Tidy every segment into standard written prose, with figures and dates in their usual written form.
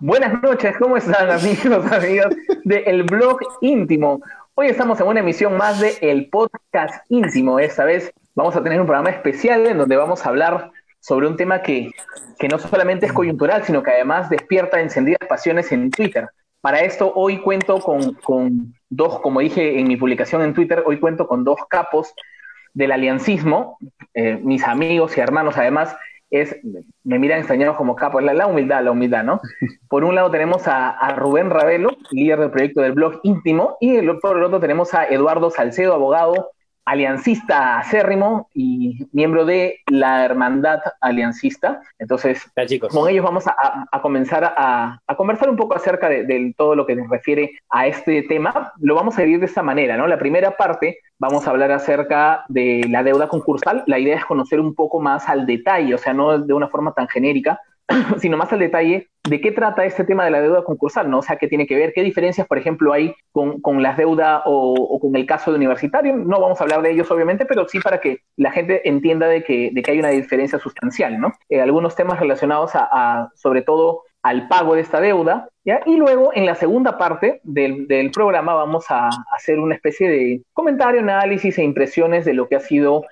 Buenas noches, ¿cómo están amigos, amigas de El Blog Íntimo? Hoy estamos en una emisión más de El Podcast Íntimo. Esta vez vamos a tener un programa especial en donde vamos a hablar sobre un tema que no solamente es coyuntural, sino que además despierta encendidas pasiones en Twitter. Para esto hoy cuento con dos, como dije en mi publicación en Twitter, hoy cuento con dos capos del aliancismo, mis amigos y hermanos además, es, me miran extrañados como capo, la humildad, ¿no? Por un lado tenemos a Rubén Ravelo, líder del proyecto del blog Íntimo, y por el otro tenemos a Eduardo Salcedo, abogado, aliancista acérrimo y miembro de la Hermandad Aliancista. Entonces, Tal, chicos. con ellos vamos a comenzar a conversar un poco acerca de todo lo que nos refiere a este tema. Lo vamos a dividir de esta manera, ¿no? La primera parte vamos a hablar acerca de la deuda concursal. La idea es conocer un poco más al detalle, o sea, no de una forma tan genérica, sino más al detalle de qué trata este tema de la deuda concursal, ¿no? O sea, qué tiene que ver, qué diferencias, por ejemplo, hay con las deudas o con el caso de universitario. No vamos a hablar de ellos, obviamente, pero sí para que la gente entienda de que hay una diferencia sustancial, ¿no? Algunos temas relacionados sobre todo, al pago de esta deuda, ¿ya? Y luego, en la segunda parte del programa, vamos a hacer una especie de comentario, análisis e impresiones de lo que ha sido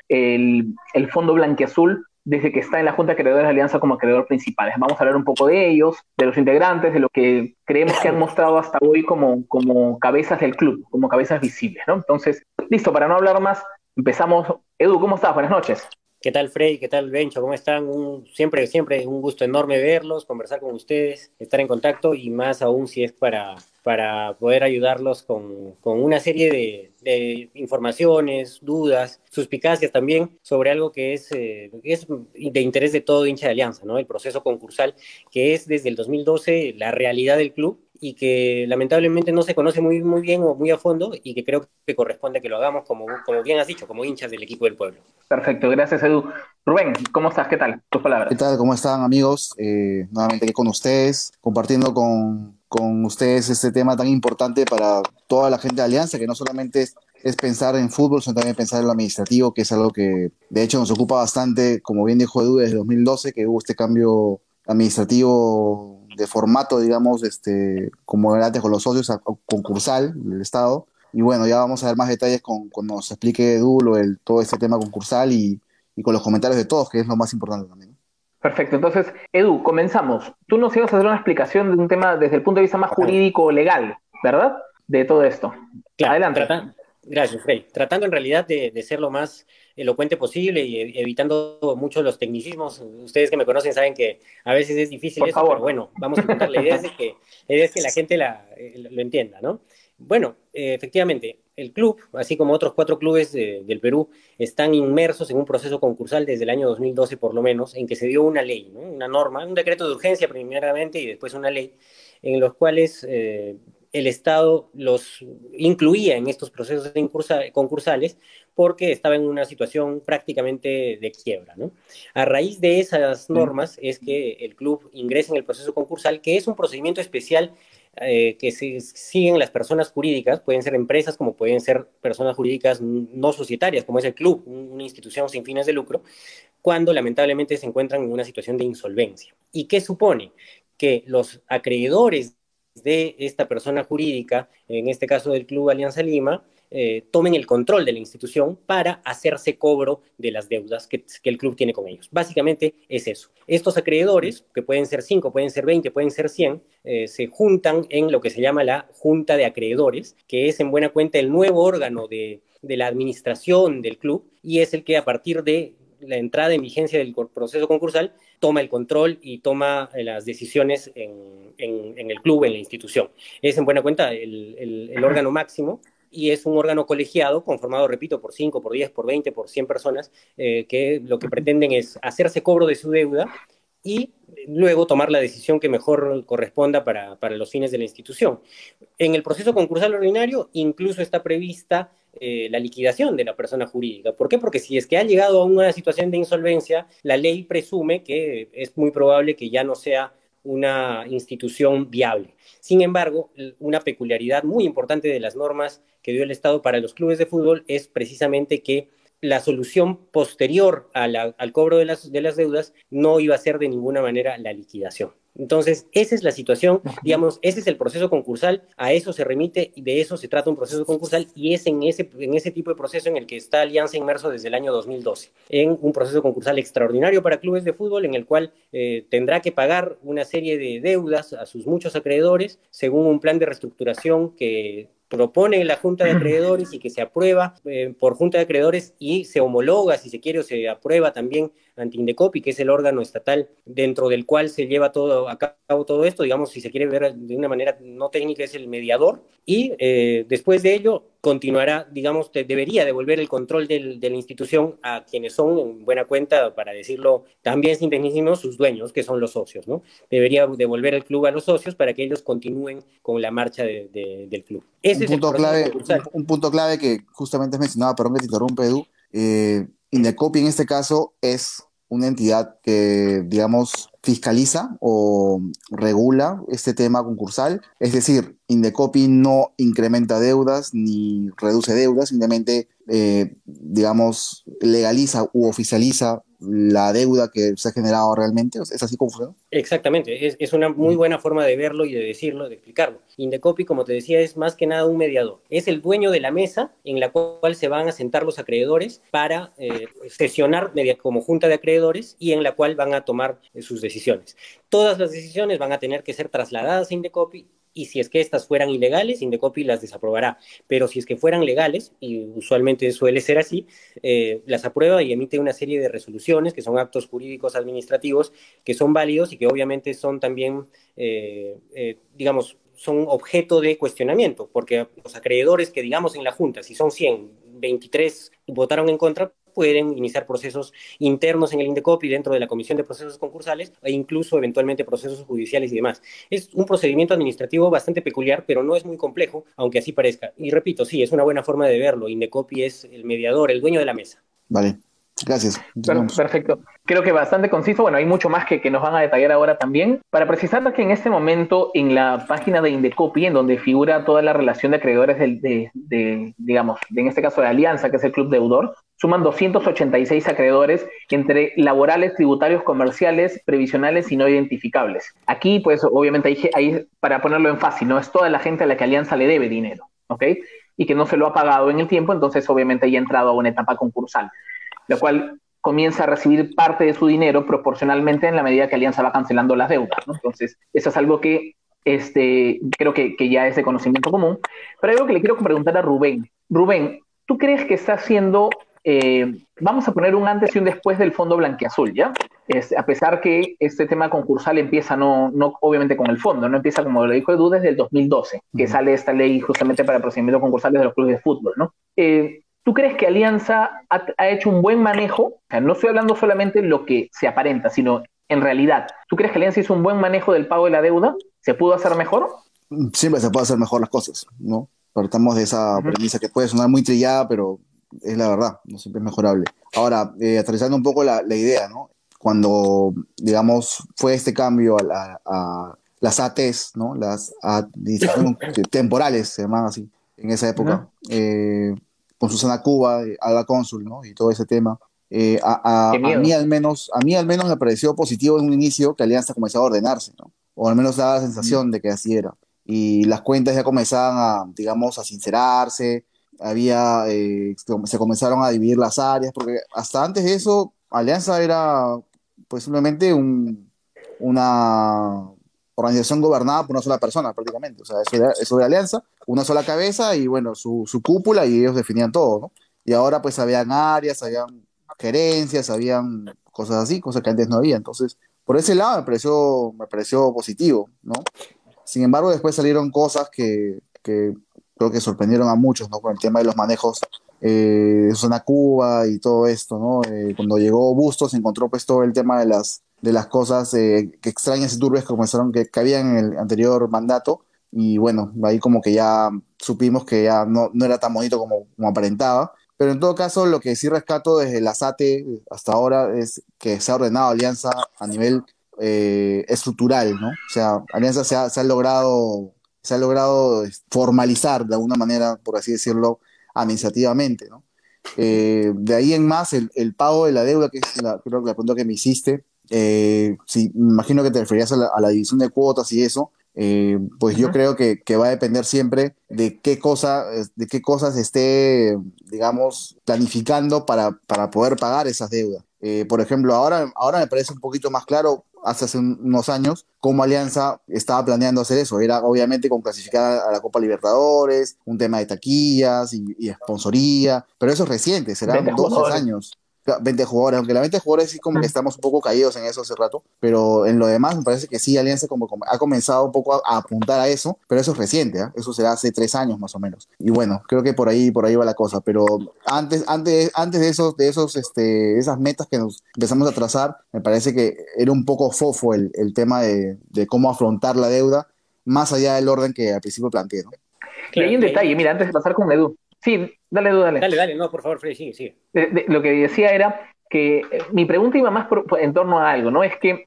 el Fondo Blanquiazul desde que está en la Junta de Acreedores de Alianza como acreedor principal. Vamos a hablar un poco de ellos, de los integrantes, de lo que creemos que han mostrado hasta hoy como cabezas del club, como cabezas visibles, ¿no? Entonces, listo, para no hablar más, empezamos. Edu, ¿cómo estás? Buenas noches. ¿Qué tal, Frey? ¿Qué tal, Bencho? ¿Cómo están? Siempre un gusto enorme verlos, conversar con ustedes, estar en contacto y más aún si es para poder ayudarlos con una serie de informaciones, dudas, suspicacias también sobre algo que es de interés de todo hincha de Alianza, ¿no? El proceso concursal, que es desde el 2012 la realidad del club y que lamentablemente no se conoce muy bien o muy a fondo y que creo que corresponde que lo hagamos como bien has dicho, como hinchas del equipo del pueblo. Perfecto, gracias Edu. Rubén, ¿cómo estás? ¿Qué tal? Tus ¿Qué palabras. tal? ¿Cómo están, amigos? Nuevamente aquí con ustedes, compartiendo con ustedes este tema tan importante para toda la gente de Alianza, que no solamente es pensar en fútbol, sino también pensar en lo administrativo, que es algo que de hecho nos ocupa bastante, como bien dijo Edu, desde 2012, que hubo este cambio administrativo de formato, digamos, como era antes con los socios, a concursal del Estado. Y bueno, ya vamos a ver más detalles cuando nos explique Edu todo este tema concursal y con los comentarios de todos, que es lo más importante también. Perfecto, entonces, Edu, comenzamos. Tú nos ibas a hacer una explicación de un tema desde el punto de vista más Claro. jurídico o legal, ¿verdad? De todo esto. Claro, Adelante. gracias, Frey. Tratando en realidad de ser lo más elocuente posible y evitando mucho los tecnicismos. Ustedes que me conocen saben que a veces es difícil Por eso, pero favor. bueno, vamos a intentar. La idea es que la gente lo entienda, ¿no? Bueno, efectivamente, el club, así como otros cuatro clubes del Perú, están inmersos en un proceso concursal desde el año 2012 por lo menos, en que se dio una ley, ¿no? Una norma, un decreto de urgencia primeramente y después una ley, en los cuales el Estado los incluía en estos procesos concursales porque estaba en una situación prácticamente de quiebra, ¿no? A raíz de esas normas es que el club ingresa en el proceso concursal, que es un procedimiento especial que siguen las personas jurídicas, pueden ser empresas como pueden ser personas jurídicas no societarias, como es el club, una institución sin fines de lucro, cuando lamentablemente se encuentran en una situación de insolvencia. ¿Y qué supone? Que los acreedores de esta persona jurídica, en este caso del Club Alianza Lima, tomen el control de la institución para hacerse cobro de las deudas que el club tiene con ellos. Básicamente es eso. Estos acreedores, que pueden ser 5, pueden ser 20, pueden ser 100, se juntan en lo que se llama la Junta de Acreedores, que es en buena cuenta el nuevo órgano de la administración del club y es el que a partir de la entrada en vigencia del proceso concursal toma el control y toma las decisiones en el club, en la institución. Es en buena cuenta el órgano máximo y es un órgano colegiado conformado, repito, por 5, por 10, por 20, por 100 personas que lo que pretenden es hacerse cobro de su deuda y luego tomar la decisión que mejor corresponda para los fines de la institución. En el proceso concursal ordinario incluso está prevista la liquidación de la persona jurídica. ¿Por qué? Porque si es que ha llegado a una situación de insolvencia, la ley presume que es muy probable que ya no sea una institución viable. Sin embargo, una peculiaridad muy importante de las normas que dio el Estado para los clubes de fútbol es precisamente que la solución posterior al cobro de las deudas no iba a ser de ninguna manera la liquidación. Entonces, esa es la situación, Ujú. digamos, ese es el proceso concursal, a eso se remite y de eso se trata un proceso concursal y es en ese tipo de proceso en el que está Alianza inmerso desde el año 2012, en un proceso concursal extraordinario para clubes de fútbol en el cual tendrá que pagar una serie de deudas a sus muchos acreedores según un plan de reestructuración que propone la Junta de Acreedores y que se aprueba por Junta de Acreedores y se homologa, si se quiere, o se aprueba también ante Indecopi, que es el órgano estatal dentro del cual se lleva todo a cabo todo esto, digamos, si se quiere ver de una manera no técnica, es el mediador, y después de ello continuará, digamos, debería devolver el control de la institución a quienes son, en buena cuenta, para decirlo también sin tecnicismo, sus dueños, que son los socios, ¿no? Debería devolver el club a los socios para que ellos continúen con la marcha del club. Ese es el proceso concursal. Un punto clave que justamente has mencionado, perdón que te interrumpa, Edu. Indecopi en este caso es una entidad que, digamos, fiscaliza o regula este tema concursal. Es decir, Indecopi no incrementa deudas ni reduce deudas, simplemente, digamos, legaliza u oficializa la deuda que se ha generado realmente. ¿Es así como funciona? Exactamente, es una muy buena forma de verlo y de decirlo, de explicarlo. Indecopi, como te decía, es más que nada un mediador. Es el dueño de la mesa en la cual se van a sentar los acreedores para sesionar como junta de acreedores y en la cual van a tomar sus decisiones. Todas las decisiones van a tener que ser trasladadas a Indecopi y si es que estas fueran ilegales, Indecopi las desaprobará. Pero si es que fueran legales, y usualmente suele ser así, las aprueba y emite una serie de resoluciones que son actos jurídicos administrativos que son válidos y que obviamente son también, digamos, son objeto de cuestionamiento, porque los acreedores que digamos en la Junta, si son 100, 23 votaron en contra, pueden iniciar procesos internos en el Indecopi dentro de la Comisión de Procesos Concursales e incluso eventualmente procesos judiciales y demás. Es un procedimiento administrativo bastante peculiar, pero no es muy complejo, aunque así parezca. Y repito, sí, es una buena forma de verlo. Indecopi es el mediador, el dueño de la mesa. Vale, gracias. Continuamos. Perfecto. Creo que bastante conciso. Bueno, hay mucho más que nos van a detallar ahora también. Para precisar que en este momento, en la página de Indecopi, en donde figura toda la relación de acreedores digamos, en este caso de Alianza, que es el club deudor, suman 286 acreedores entre laborales, tributarios, comerciales, previsionales y no identificables. Aquí, pues, obviamente, ahí, para ponerlo en fácil, ¿no? Es toda la gente a la que Alianza le debe dinero, ¿ok? Y que no se lo ha pagado en el tiempo, entonces, obviamente, ahí ha entrado a una etapa concursal, la cual comienza a recibir parte de su dinero proporcionalmente en la medida que Alianza va cancelando las deudas, ¿no? Entonces, eso es algo que creo que ya es de conocimiento común. Pero hay algo que le quiero preguntar a Rubén. Rubén, ¿tú crees que está haciendo, vamos a poner un antes y un después del fondo blanquiazul, ¿ya? A pesar que este tema concursal empieza no obviamente con el fondo, no empieza como lo dijo Edu desde el 2012, que Ujú. sale esta ley justamente para procedimientos concursales de los clubes de fútbol, ¿no? ¿Tú crees que Alianza ha hecho un buen manejo? O sea, no estoy hablando solamente de lo que se aparenta, sino en realidad. ¿Tú crees que Alianza hizo un buen manejo del pago de la deuda? ¿Se pudo hacer mejor? Siempre se puede hacer mejor las cosas, ¿no? Partamos de esa Uh-huh. premisa que puede sonar muy trillada, pero es la verdad, no siempre es mejorable. Ahora, aterrizando un poco la idea, ¿no? Cuando, digamos, fue este cambio a las ATs, ¿no? Las administraciones temporales, se llaman así, en esa época, Uh-huh. con Susana Cuba, Alba Cónsul, ¿no? Y todo ese tema. Qué A mí miedo. a mí al menos me pareció positivo en un inicio que Alianza comenzaba a ordenarse, ¿no? O al menos daba la Uh-huh. sensación de que así era. Y las cuentas ya comenzaban a, digamos, a sincerarse, se comenzaron a dividir las áreas, porque hasta antes de eso, Alianza era pues simplemente una organización gobernada por una sola persona prácticamente, o sea, eso de Alianza, una sola cabeza y bueno, su cúpula y ellos definían todo, ¿no? Y ahora pues habían áreas, habían gerencias, habían cosas así, cosas que antes no había, entonces por ese lado me pareció positivo, ¿no? Sin embargo, después salieron cosas que creo que sorprendieron a muchos, ¿no? Con el tema de los manejos de Zona Cuba y todo esto, ¿no? Cuando llegó Bustos, se encontró pues todo el tema de las cosas que extrañas y turbias que comenzaron, que habían en el anterior mandato. Y bueno, ahí como que ya supimos que ya no era tan bonito como aparentaba. Pero en todo caso, lo que sí rescato desde la SATE hasta ahora es que se ha ordenado Alianza a nivel estructural, ¿no? O sea, Alianza se ha logrado formalizar de alguna manera, por así decirlo, administrativamente, ¿no? De ahí en más, el pago de la deuda, que es creo que la pregunta que me hiciste, Sí, me imagino que te referías a la división de cuotas y eso. Pues yo Ujú. creo que va a depender siempre de qué cosas esté, digamos, planificando para poder pagar esas deudas. Por ejemplo, ahora me parece un poquito más claro, hace unos años, cómo Alianza estaba planeando hacer eso. Era obviamente con clasificar a la Copa Libertadores, un tema de taquillas y sponsoría, pero eso es reciente, 20 serán 2, 3 jugadores. años. 20 jugadores, aunque la 20 jugadores sí como que estamos un poco caídos en eso hace rato, pero en lo demás me parece que sí, Alianza como ha comenzado un poco a apuntar a eso, pero eso es reciente, ¿ah? Eso será hace 3 años más o menos. Y bueno, creo que por ahí va la cosa, pero antes esas metas que nos empezamos a trazar, me parece que era un poco fofo el tema de cómo afrontar la deuda, más allá del orden que al principio planteé, ¿no? Y Claro, hay un y ahí, detalle, mira, antes de pasar con Edu. Sí, dale, Edu, dale. dale, dale, no, por favor, Freddy, sigue, sigue. Lo que decía era que mi pregunta iba más en torno a algo, ¿no? Es que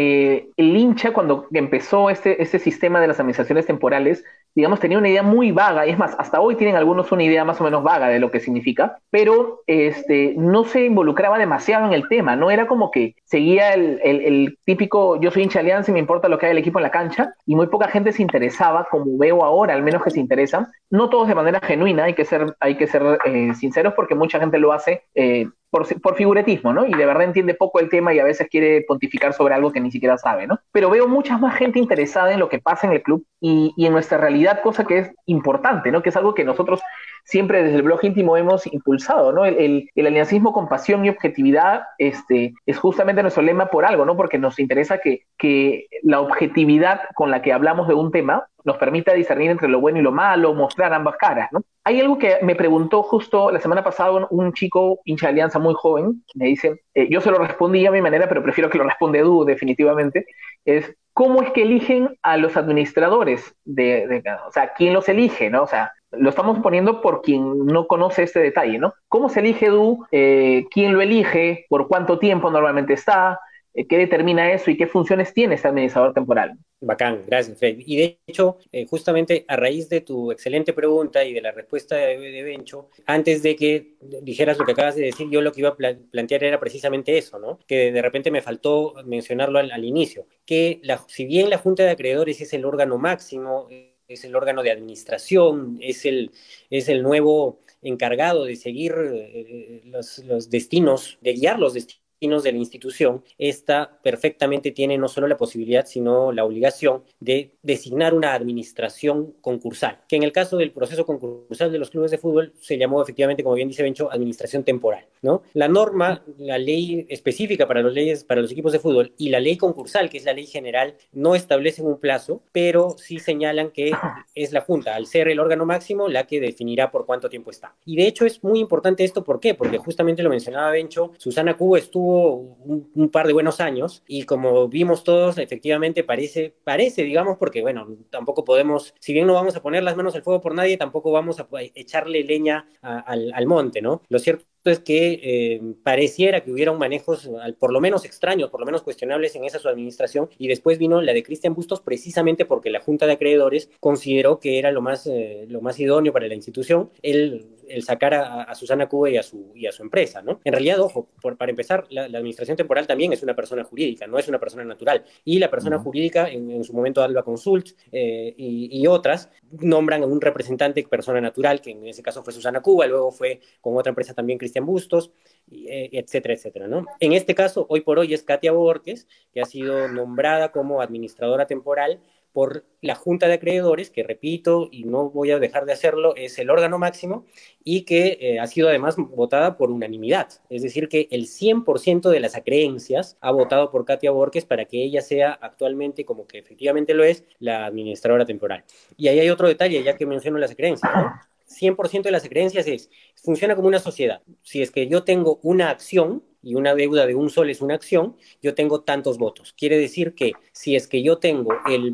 el hincha, cuando empezó este sistema de las administraciones temporales, digamos, tenía una idea muy vaga, y es más, hasta hoy tienen algunos una idea más o menos vaga de lo que significa, pero no se involucraba demasiado en el tema, no era como que seguía el típico yo soy hincha de Alianza y me importa lo que haga el equipo en la cancha, y muy poca gente se interesaba, como veo ahora, al menos que se interesan, no todos de manera genuina, hay que ser sinceros porque mucha gente lo hace por figuretismo, ¿no? Y de verdad entiende poco el tema y a veces quiere pontificar sobre algo que ni siquiera sabe, ¿no? Pero veo mucha más gente interesada en lo que pasa en el club y en nuestra realidad, cosa que es importante, ¿no? Que es algo que nosotros siempre desde el blog íntimo hemos impulsado, ¿no? El aliancismo con pasión y objetividad es justamente nuestro lema por algo, ¿no? Porque nos interesa que la objetividad con la que hablamos de un tema nos permita discernir entre lo bueno y lo malo, mostrar ambas caras, ¿no? Hay algo que me preguntó justo la semana pasada un chico hincha de Alianza muy joven, me dice, yo se lo respondí a mi manera, pero prefiero que lo responda Edu definitivamente, es cómo es que eligen a los administradores o sea, quién los elige, ¿no? O sea, lo estamos poniendo por quien no conoce este detalle, ¿no? ¿Cómo se elige Edu? ¿Quién lo elige? ¿Por cuánto tiempo normalmente está? ¿Qué determina eso y qué funciones tiene este administrador temporal? Bacán, gracias, Freddy. Y de hecho, justamente a raíz de tu excelente pregunta y de la respuesta de Bencho, antes de que dijeras lo que acabas de decir, yo lo que iba a plantear era precisamente eso, ¿no? Que de repente me faltó mencionarlo al inicio, que si bien la Junta de Acreedores es el órgano máximo, es el órgano de administración, es el nuevo encargado de seguir los destinos, de guiar los destinos de la institución, esta perfectamente tiene no solo la posibilidad, sino la obligación de designar una administración concursal, que en el caso del proceso concursal de los clubes de fútbol se llamó efectivamente, como bien dice Bencho, administración temporal, ¿no? La norma, la ley específica para los equipos de fútbol y la ley concursal, que es la ley general, no establecen un plazo, pero sí señalan que es la Junta, al ser el órgano máximo, la que definirá por cuánto tiempo está. Y de hecho es muy importante esto, ¿por qué? Porque justamente lo mencionaba Bencho, Susana Cubo estuvo un par de buenos años y como vimos todos, efectivamente parece, digamos, porque bueno, tampoco podemos, si bien no vamos a poner las manos al fuego por nadie, tampoco vamos a echarle leña al monte, ¿no? Lo cierto es que pareciera que hubieron manejos, por lo menos extraños, por lo menos cuestionables en esa su administración, y después vino la de Cristian Bustos precisamente porque la Junta de Acreedores consideró que era lo más idóneo para la institución el sacar a Susana Cuba y a su empresa, ¿no? En realidad, ojo, para empezar, la administración temporal también es una persona jurídica, no es una persona natural, y la persona Ujú. jurídica, en su momento Alba Consult y otras, nombran a un representante persona natural, que en ese caso fue Susana Cuba, luego fue con otra empresa también Cristian Bustos, etcétera, etcétera, ¿no? En este caso, hoy por hoy es Katia Borges, que ha sido nombrada como administradora temporal por la Junta de Acreedores, que repito, y no voy a dejar de hacerlo, es el órgano máximo y que ha sido además votada por unanimidad. Es decir, que el 100% de las acreencias ha votado por Katia Borges para que ella sea actualmente, como que efectivamente lo es, la administradora temporal. Y ahí hay otro detalle, ya que menciono las acreencias, ¿no? 100% de las creencias funciona como una sociedad. Si es que yo tengo una acción y una deuda de un sol es una acción, yo tengo tantos votos. Quiere decir que si es que yo tengo el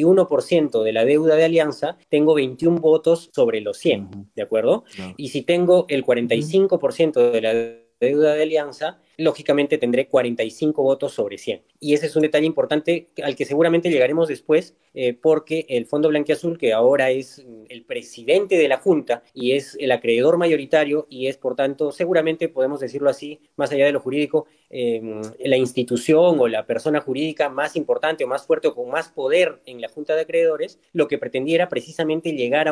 21% de la deuda de Alianza, tengo 21 votos sobre los 100, Ujú. ¿de acuerdo? Claro. Y si tengo el Ujú. 45% de la deuda de Alianza, lógicamente tendré 45 votos sobre 100. Y ese es un detalle importante al que seguramente llegaremos después, porque el Fondo Blanquiazul, que ahora es el presidente de la Junta y es el acreedor mayoritario y es, por tanto, seguramente podemos decirlo así, más allá de lo jurídico, la institución o la persona jurídica más importante o más fuerte o con más poder en la Junta de Acreedores, lo que pretendiera precisamente llegar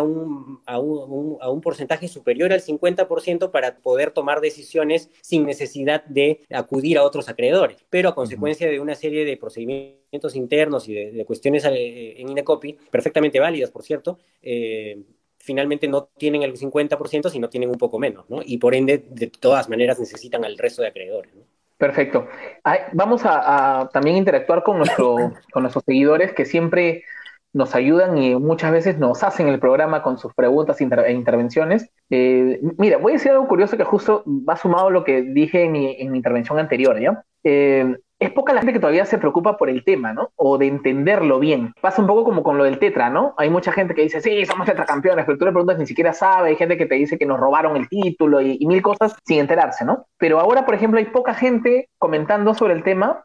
a un porcentaje superior al 50% para poder tomar decisiones sin necesidad de acudir a otros acreedores. Pero a consecuencia de una serie de procedimientos internos y de cuestiones en INDECOPI, perfectamente válidas, por cierto, finalmente no tienen el 50%, sino tienen un poco menos, ¿no? Y por ende, de todas maneras, necesitan al resto de acreedores, ¿no? Perfecto. Vamos a también interactuar con nuestros seguidores que siempre nos ayudan y muchas veces nos hacen el programa con sus preguntas e intervenciones. Mira, voy a decir algo curioso que justo va sumado a lo que dije en mi intervención anterior, ¿ya? Es poca la gente que todavía se preocupa por el tema, ¿no? O de entenderlo bien. Pasa un poco como con lo del tetra, ¿no? Hay mucha gente que dice, sí, somos tetracampeones, pero tú le preguntas, ni siquiera sabe. Hay gente que te dice que nos robaron el título y mil cosas sin enterarse, ¿no? Pero ahora, por ejemplo, hay poca gente comentando sobre el tema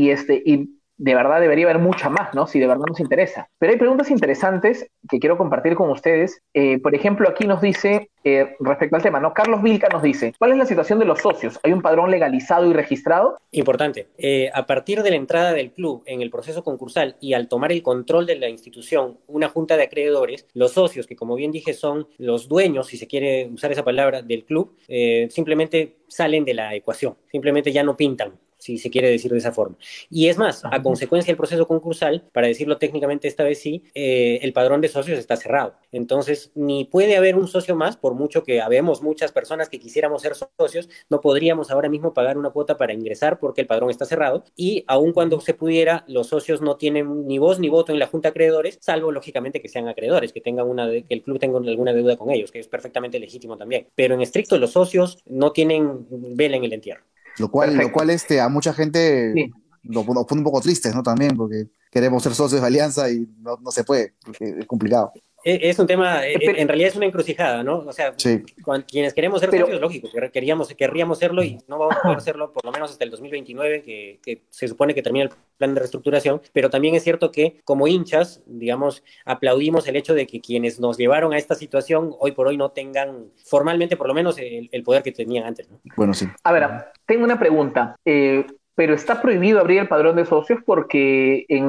y de verdad debería haber mucha más, ¿no? Si de verdad nos interesa. Pero hay preguntas interesantes que quiero compartir con ustedes. Por ejemplo, aquí nos dice, respecto al tema, ¿no? Carlos Vilca nos dice, ¿cuál es la situación de los socios? ¿Hay un padrón legalizado y registrado? Importante. A partir de la entrada del club en el proceso concursal y al tomar el control de la institución, una junta de acreedores, los socios, que como bien dije son los dueños, si se quiere usar esa palabra, del club, simplemente salen de la ecuación, simplemente ya no pintan, si se quiere decir de esa forma. Y es más, a consecuencia del proceso concursal, para decirlo técnicamente esta vez sí, el padrón de socios está cerrado. Entonces, ni puede haber un socio más, por mucho que habemos muchas personas que quisiéramos ser socios, no podríamos ahora mismo pagar una cuota para ingresar porque el padrón está cerrado. Y aun cuando se pudiera, los socios no tienen ni voz ni voto en la junta de acreedores, salvo lógicamente que sean acreedores, que el club tenga alguna deuda con ellos, que es perfectamente legítimo también. Pero en estricto, los socios no tienen vela en el entierro. Lo cual a mucha gente Sí. nos pone un poco tristes, ¿no? También, porque queremos ser socios de Alianza y no se puede, porque es complicado. Es un tema, en realidad es una encrucijada, ¿no? O sea, Sí. quienes queremos ser socios, lógico, querríamos serlo y no vamos a poder serlo por lo menos hasta el 2029, que se supone que termina el plan de reestructuración, pero también es cierto que como hinchas, digamos, aplaudimos el hecho de que quienes nos llevaron a esta situación hoy por hoy no tengan formalmente por lo menos el poder que tenían antes, ¿no? Bueno, sí. A ver, tengo una pregunta. Pero está prohibido abrir el padrón de socios porque en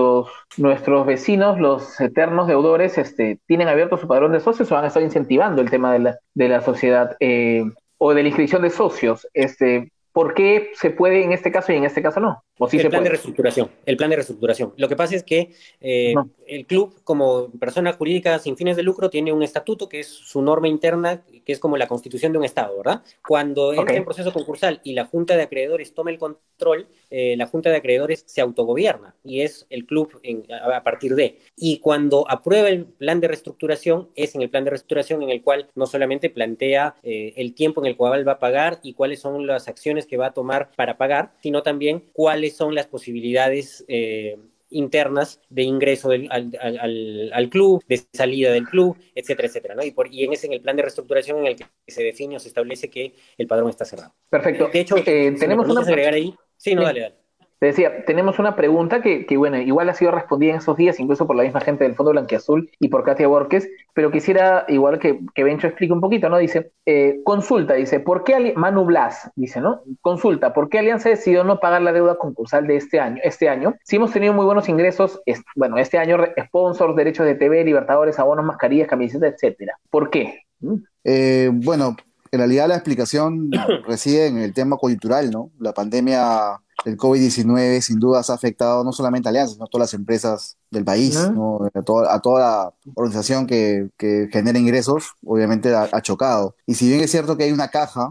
nuestros vecinos, los eternos deudores, tienen abierto su padrón de socios o van a estar incentivando el tema de la sociedad o de la inscripción de socios. ¿Por qué se puede en este caso y en este caso no? ¿O sí El se plan de puede? reestructuración, el plan de reestructuración. Lo que pasa es que No. el club, como persona jurídica sin fines de lucro, tiene un estatuto que es su norma interna, que es como la constitución de un Estado, ¿verdad? Cuando entra en proceso concursal y la Junta de Acreedores toma el control, la Junta de Acreedores se autogobierna y es el club a partir de. Y cuando aprueba el plan de reestructuración, es en el plan de reestructuración en el cual no solamente plantea el tiempo en el cual va a pagar y cuáles son las acciones que va a tomar para pagar, sino también cuáles son las posibilidades internas de ingreso al club, de salida del club, etcétera, etcétera, ¿no? Y en el plan de reestructuración en el que se define o se establece que el padrón está cerrado. Perfecto. De hecho, si tenemos me agregar ahí. Sí, no, dale. Te decía, tenemos una pregunta que, bueno, igual ha sido respondida en esos días, incluso por la misma gente del Fondo Blanquiazul y por Katia Borges, pero quisiera, igual que Bencho explique un poquito, ¿no? Dice, consulta, dice, ¿por qué Manu Blas, dice, ¿no? Consulta, ¿por qué Alianza decidió no pagar la deuda concursal de este año? Si hemos tenido muy buenos ingresos, este año, sponsors, derechos de TV, Libertadores, abonos, mascarillas, camisetas, etcétera. ¿Por qué? Bueno, en realidad la explicación reside en el tema coyuntural, ¿no? La pandemia del COVID-19 sin duda ha afectado no solamente a Alianza, sino a todas las empresas del país, ¿no? A toda organización que genera ingresos, obviamente ha chocado. Y si bien es cierto que hay una caja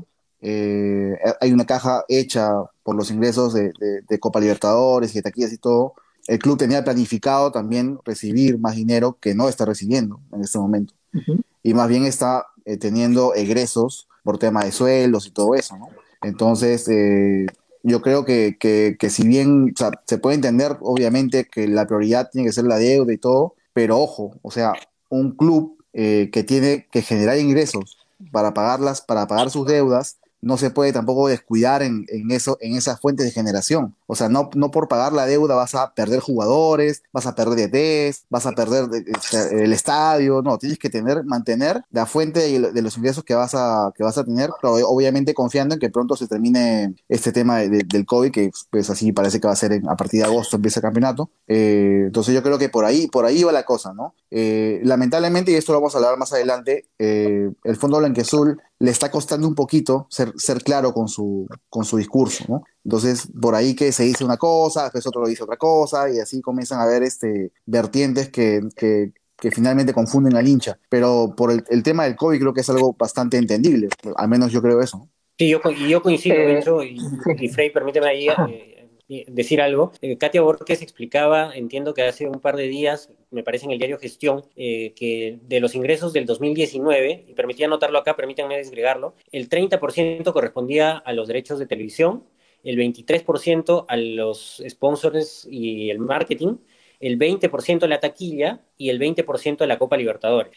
hecha por los ingresos de Copa Libertadores y de taquillas y todo, el club tenía planificado también recibir más dinero que no está recibiendo en este momento. Y más bien está teniendo egresos por tema de sueldos y todo eso, ¿no? Entonces, yo creo que si bien, o sea, se puede entender, obviamente, que la prioridad tiene que ser la deuda y todo, pero ojo, o sea, un club que tiene que generar ingresos para pagar sus deudas, no se puede tampoco descuidar en esas fuentes de generación. O sea, no por pagar la deuda vas a perder jugadores, vas a perder DTs, vas a perder el estadio. No, tienes que mantener la fuente de los ingresos que vas a tener, pero obviamente confiando en que pronto se termine este tema del COVID, que pues así parece que va a ser a partir de agosto empieza el campeonato. Entonces yo creo que por ahí va la cosa, ¿no? Lamentablemente, y esto lo vamos a hablar más adelante, el Fondo Blanquiazul le está costando un poquito ser claro con su discurso, ¿no? Entonces, por ahí que se dice una cosa, después otro dice otra cosa, y así comienzan a haber vertientes que finalmente confunden al hincha. Pero por el tema del COVID creo que es algo bastante entendible, al menos yo creo eso, ¿no? Sí, yo coincido, Bencho, y Sí. Frey, permíteme ahí decir algo. Katia Borges explicaba, entiendo que hace un par de días, me parece en el diario Gestión, que de los ingresos del 2019, y permitía anotarlo acá, permítanme desgregarlo, el 30% correspondía a los derechos de televisión, el 23% a los sponsors y el marketing, el 20% a la taquilla y el 20% a la Copa Libertadores.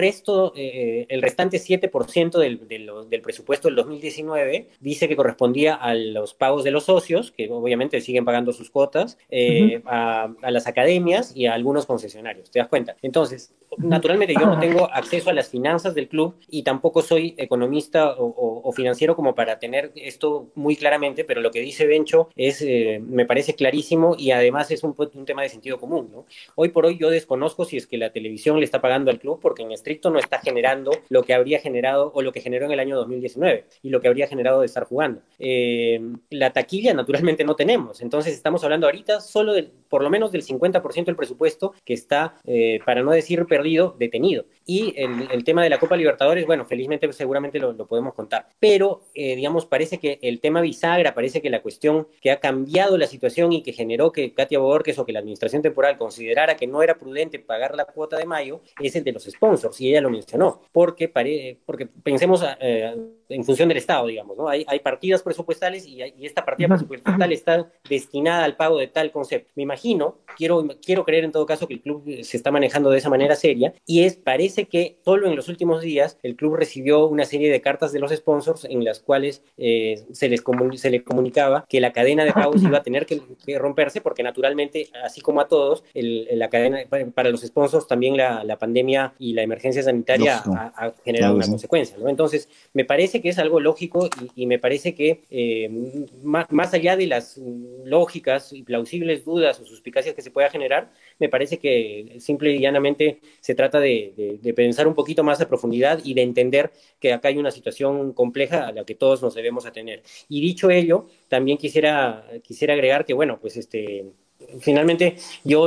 El restante 7% del presupuesto del 2019 dice que correspondía a los pagos de los socios, que obviamente siguen pagando sus cuotas, Ujú, a las academias y a algunos concesionarios. ¿Te das cuenta? Entonces, ujú. naturalmente yo no tengo acceso a las finanzas del club y tampoco soy economista o financiero como para tener esto muy claramente, pero lo que dice Bencho me parece clarísimo y además es un tema de sentido común, ¿no? Hoy por hoy yo desconozco si es que la televisión le está pagando al club porque en estricto no está generando lo que habría generado o lo que generó en el año 2019 y lo que habría generado de estar jugando. La taquilla naturalmente no tenemos, entonces estamos hablando ahorita solo por lo menos del 50% del presupuesto que está, para no decir perdido, detenido. Y el tema de la Copa Libertadores, bueno, felizmente seguramente lo podemos contar. Pero, digamos, parece que el tema bisagra, parece que la cuestión que ha cambiado la situación y que generó que Katia Borges o que la administración temporal considerara que no era prudente pagar la cuota de mayo, es el de los sponsors, y ella lo mencionó, porque pensemos en función del Estado, digamos, ¿no? Hay partidas presupuestales y esta partida Ujú, presupuestal está destinada al pago de tal concepto. Me imagino, quiero creer en todo caso que el club se está manejando de esa manera seria, y parece que solo en los últimos días el club recibió una serie de cartas de los sponsors en las cuales se le comunicaba que la cadena de pagos iba a tener que romperse, porque naturalmente, así como a todos, la cadena para los sponsors también la pandemia y la emergencia sanitaria Lógico, ha generado claro que una sí. consecuencia, ¿no? Entonces, me parece que es algo lógico y me parece que más allá de las lógicas y plausibles dudas o suspicacias que se pueda generar, me parece que simple y llanamente se trata de pensar un poquito más a profundidad y de entender que acá hay una situación compleja a la que todos nos debemos atener. Y dicho ello, también quisiera agregar que, bueno, pues finalmente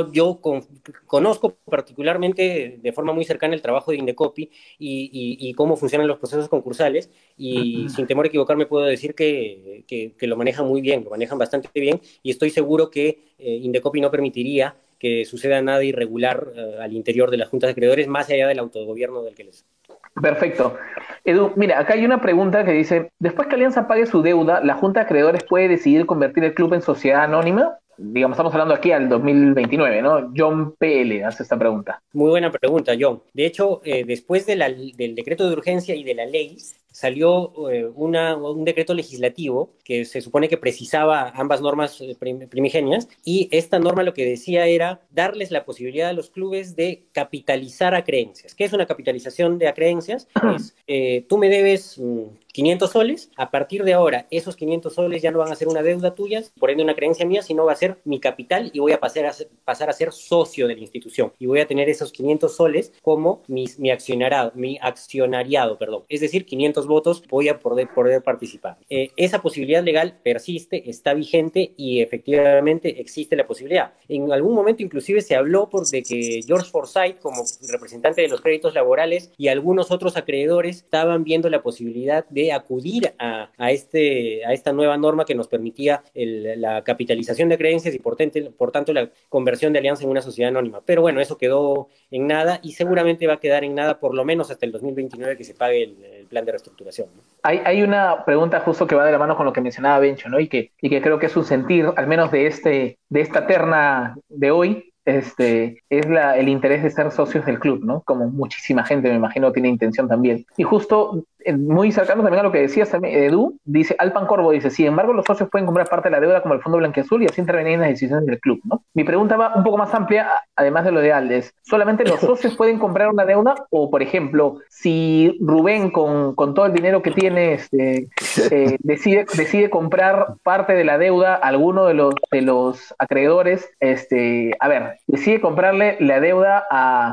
conozco particularmente de forma muy cercana el trabajo de Indecopi y cómo funcionan los procesos concursales, y sin temor a equivocarme puedo decir que lo manejan muy bien, lo manejan bastante bien, y estoy seguro que Indecopi no permitiría que suceda nada irregular al interior de las juntas de acreedores, más allá del autogobierno del que les... Perfecto. Edu, mira, acá hay una pregunta que dice, después que Alianza pague su deuda, ¿la Junta de Acreedores puede decidir convertir el club en sociedad anónima? Digamos, estamos hablando aquí al 2029, ¿no? John PL hace esta pregunta. Muy buena pregunta, John. De hecho, después del decreto de urgencia y de la ley, salió un decreto legislativo que se supone que precisaba ambas normas primigenias, y esta norma lo que decía era darles la posibilidad a los clubes de capitalizar acreencias. ¿Qué es una capitalización de acreencias? Es, tú me debes 500 soles, a partir de ahora esos 500 soles ya no van a ser una deuda tuya, por ende una creencia mía, sino va a ser mi capital y voy a pasar a ser socio de la institución y voy a tener esos 500 soles como mi accionariado, perdón. Es decir, 500 votos voy a poder participar. Esa posibilidad legal persiste, está vigente y efectivamente existe la posibilidad. En algún momento inclusive se habló de que George Forsyth, como representante de los créditos laborales, y algunos otros acreedores estaban viendo la posibilidad de acudir a esta nueva norma que nos permitía la capitalización de creencias y por tanto la conversión de Alianza en una sociedad anónima. Pero bueno, eso quedó en nada y seguramente va a quedar en nada por lo menos hasta el 2029 que se pague el plan de reestructuración, ¿no? Hay una pregunta justo que va de la mano con lo que mencionaba Bencho, ¿no? Y que creo que es un sentir, al menos de esta terna de hoy, es el interés de ser socios del club, ¿no? Como muchísima gente, me imagino, tiene intención también. Y justo muy cercano también a lo que decías también, Edu, dice, Alpan Corvo dice, sin embargo, los socios pueden comprar parte de la deuda como el Fondo Blanquiazul y así intervenir en las decisiones del club, ¿no? Mi pregunta va un poco más amplia, además de lo de Aldes. ¿Solamente los socios pueden comprar una deuda? O, por ejemplo, si Rubén, con todo el dinero que tiene, decide comprar parte de la deuda a alguno de los acreedores, a ver, decide comprarle la deuda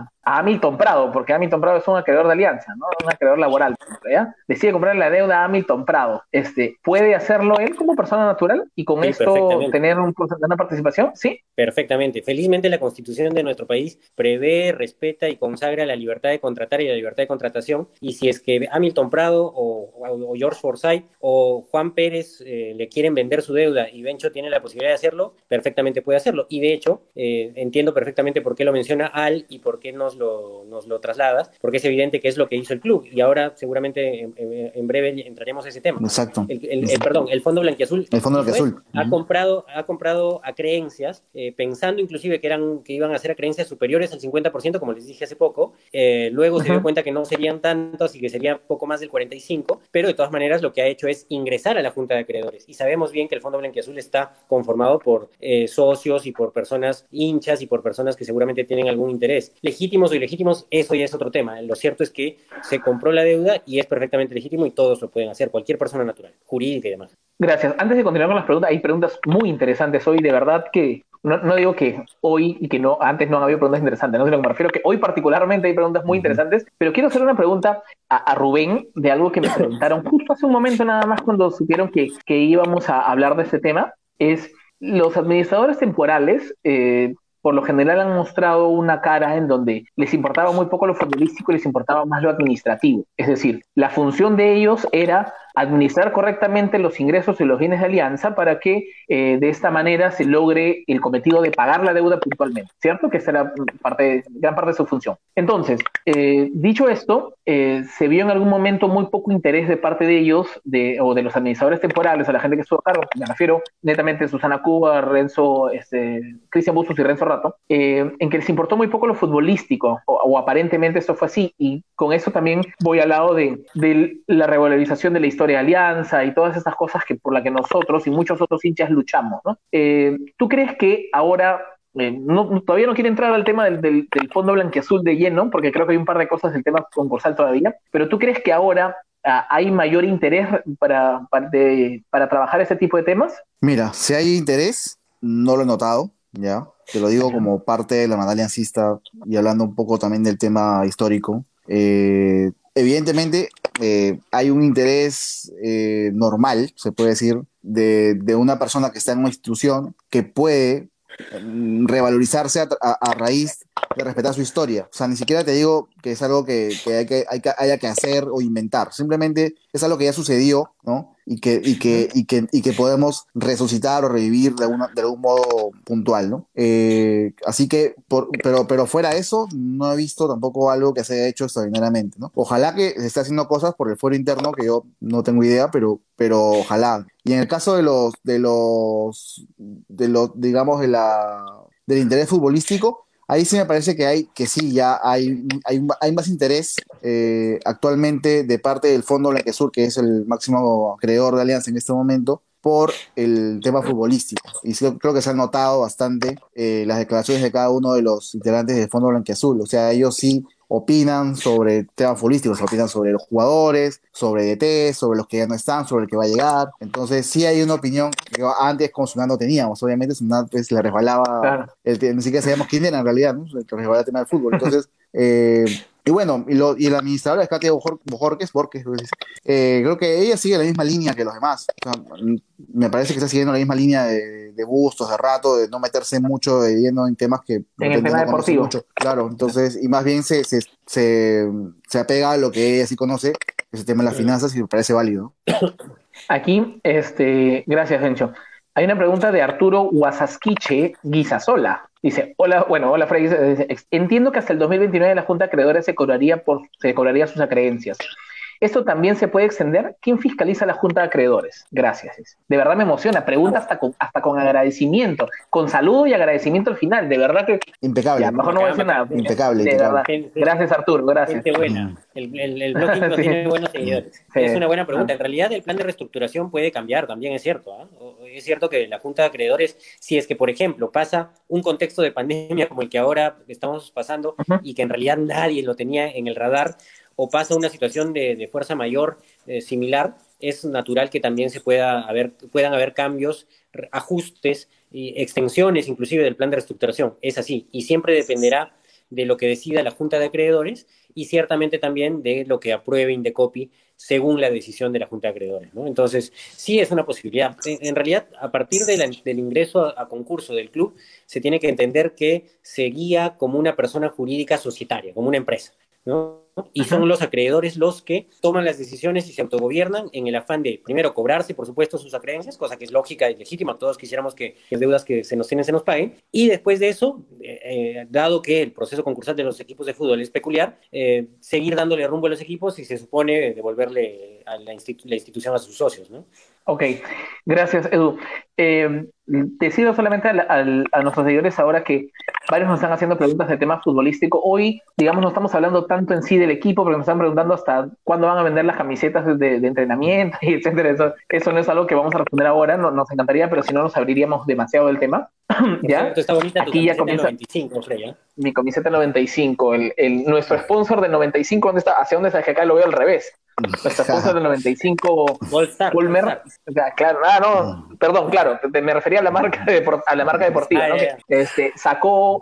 a Hamilton Prado, porque Hamilton Prado es un acreedor de Alianza, ¿no? Un acreedor laboral, ¿ya? Decide comprarle la deuda a Hamilton Prado. ¿Puede hacerlo él como persona natural y con Sí, esto perfectamente. tener una participación? ¿Sí? Perfectamente. Felizmente la Constitución de nuestro país prevé, respeta y consagra la libertad de contratar y la libertad de contratación. Y si es que Hamilton Prado o George Forsyth o Juan Pérez le quieren vender su deuda y Bencho tiene la posibilidad de hacerlo, perfectamente puede hacerlo. Y de hecho, entiendo perfectamente por qué lo menciona Al y por qué nos lo trasladas, porque es evidente que es lo que hizo el club. Y ahora seguramente en breve entraremos a ese tema. Exacto. Perdón, el Fondo Blanquiazul El Fondo hizo eso, Blanquiazul. ha comprado a creencias, pensando inclusive que iban a ser a creencias superiores al 50%, como les dije hace poco. Luego se dio Ujú. cuenta que no serían tantos y que sería poco más del 45%, pero de todas maneras lo que ha hecho es ingresar a la Junta de Acreedores. Y sabemos bien que el Fondo Blanquiazul está conformado por socios y por personas hinchas y por personas que seguramente tienen algún interés. Legítimos o ilegítimos, eso ya es otro tema. Lo cierto es que se compró la deuda y es perfectamente legítimo y todos lo pueden hacer, cualquier persona natural, jurídica y demás. Gracias. Antes de continuar con las preguntas, hay preguntas muy interesantes hoy, de verdad que no digo que hoy y que no antes no han habido preguntas interesantes, no, sino que me refiero que hoy particularmente hay preguntas muy Ujú. interesantes, pero quiero hacer una pregunta a Rubén de algo que me preguntaron justo hace un momento nada más cuando supieron que íbamos a hablar de este tema, es los administradores temporales, por lo general han mostrado una cara en donde les importaba muy poco lo futbolístico y les importaba más lo administrativo. Es decir, la función de ellos era administrar correctamente los ingresos y los bienes de Alianza para que de esta manera se logre el cometido de pagar la deuda puntualmente, ¿cierto? Que esa era gran parte de su función. Entonces, dicho esto, se vio en algún momento muy poco interés de parte de ellos o de los administradores temporales, a la gente que estuvo a cargo, me refiero netamente a Susana Cuba, Renzo, Cristian Bustos y Renzo Rato, en que les importó muy poco lo futbolístico, o aparentemente esto fue así, y con eso también voy al lado de la revalorización de la historia de Alianza y todas estas cosas que por las que nosotros y muchos otros hinchas luchamos, ¿no? ¿Tú crees que ahora todavía no quiero entrar al tema del Fondo Blanquiazul de lleno, porque creo que hay un par de cosas del tema concursal todavía, pero ¿tú crees que ahora hay mayor interés para trabajar ese tipo de temas? Mira, si hay interés, no lo he notado, ya. Te lo digo Ya. como parte de la manada aliancista y hablando un poco también del tema histórico. Evidentemente, hay un interés normal, se puede decir, de una persona que está en una institución que puede revalorizarse a raíz de respetar su historia. O sea, ni siquiera te digo que es algo que haya que hacer o inventar. Simplemente es algo que ya sucedió, ¿no? Y que podemos resucitar o revivir de algún modo puntual, ¿no? Así que, pero fuera de eso, no he visto tampoco algo que se haya hecho extraordinariamente, ¿no? Ojalá que se esté haciendo cosas por el fuero interno, que yo no tengo idea, pero ojalá. Y en el caso digamos, del interés futbolístico, ahí sí me parece que sí, ya hay más interés actualmente de parte del Fondo Blanquezur, que es el máximo acreedor de Alianza en este momento, por el tema futbolístico. Y sí, creo que se han notado bastante las declaraciones de cada uno de los integrantes del Fondo Blanquiazul. O sea, ellos sí opinan sobre temas futbolísticos, opinan sobre los jugadores, sobre DT, sobre los que ya no están, sobre el que va a llegar. Entonces sí hay una opinión que antes con Sunat no teníamos. Obviamente Sunat pues, le resbalaba, Claro. ni siquiera sabíamos quién era en realidad, ¿no? El que resbalaba el tema del fútbol. Entonces, y bueno, y la administradora es Katia Borges, creo que ella sigue la misma línea que los demás. O sea, me parece que está siguiendo la misma línea de Bustos, de Rato, de no meterse mucho de lleno en temas que de En el repente tema no conoce deportivo. mucho. Claro, entonces, y más bien se apega a lo que ella sí conoce, que es el tema de las finanzas, y me parece válido. Aquí, gracias, Bencho. Hay una pregunta de Arturo Guasasquiche Guisasola. Dice, hola, bueno, hola, Freddy. Dice, entiendo que hasta el 2029 la Junta Acreedora se cobraría sus acreencias. ¿Esto también se puede extender? ¿Quién fiscaliza la Junta de Acreedores? Gracias. De verdad me emociona. Pregunta hasta con agradecimiento, con saludo y agradecimiento al final. De verdad que... Impecable. Ya, mejor no voy a decir nada. Impecable, De impecable. verdad. Gracias, Arturo. Gracias. Gente buena. El blog íntimo Sí. tiene buenos seguidores. Sí. Es una buena pregunta. En realidad, el plan de reestructuración puede cambiar, también es cierto. Es cierto que la Junta de Acreedores, si es que, por ejemplo, pasa un contexto de pandemia como el que ahora estamos pasando y que en realidad nadie lo tenía en el radar, o pasa una situación de fuerza mayor similar, es natural que también puedan haber cambios, ajustes y extensiones inclusive del plan de reestructuración. Es así. Y siempre dependerá de lo que decida la Junta de Acreedores y ciertamente también de lo que apruebe Indecopi según la decisión de la Junta de Acreedores, ¿no? Entonces, sí es una posibilidad. En realidad, a partir del ingreso a concurso del club, se tiene que entender que se guía como una persona jurídica societaria, como una empresa, ¿no? Y son los acreedores los que toman las decisiones y se autogobiernan en el afán de, primero, cobrarse, por supuesto, sus acreencias, cosa que es lógica y legítima. Todos quisiéramos que las deudas que se nos tienen se nos paguen. Y después de eso, dado que el proceso concursal de los equipos de fútbol es peculiar, seguir dándole rumbo a los equipos y se supone devolverle a la institución a sus socios, ¿no? Ok, gracias, Edu. Decido solamente a nuestros seguidores ahora que varios nos están haciendo preguntas de tema futbolístico. Hoy, digamos, no estamos hablando tanto en sí del equipo, porque nos están preguntando hasta cuándo van a vender las camisetas de entrenamiento, y etcétera. Eso no es algo que vamos a responder ahora, nos encantaría, pero si no nos abriríamos demasiado del tema. ¿Ya? Está bonita tu Aquí ya camiseta comienza 95, Freya. mi camiseta 95, nuestro sponsor del 95, ¿dónde está? ¿Hacia dónde está? Que acá lo veo al revés. Nuestro sponsor del 95, Colmer, o sea, claro, perdón, claro, me refería a la marca deportiva, ¿no? Que, sacó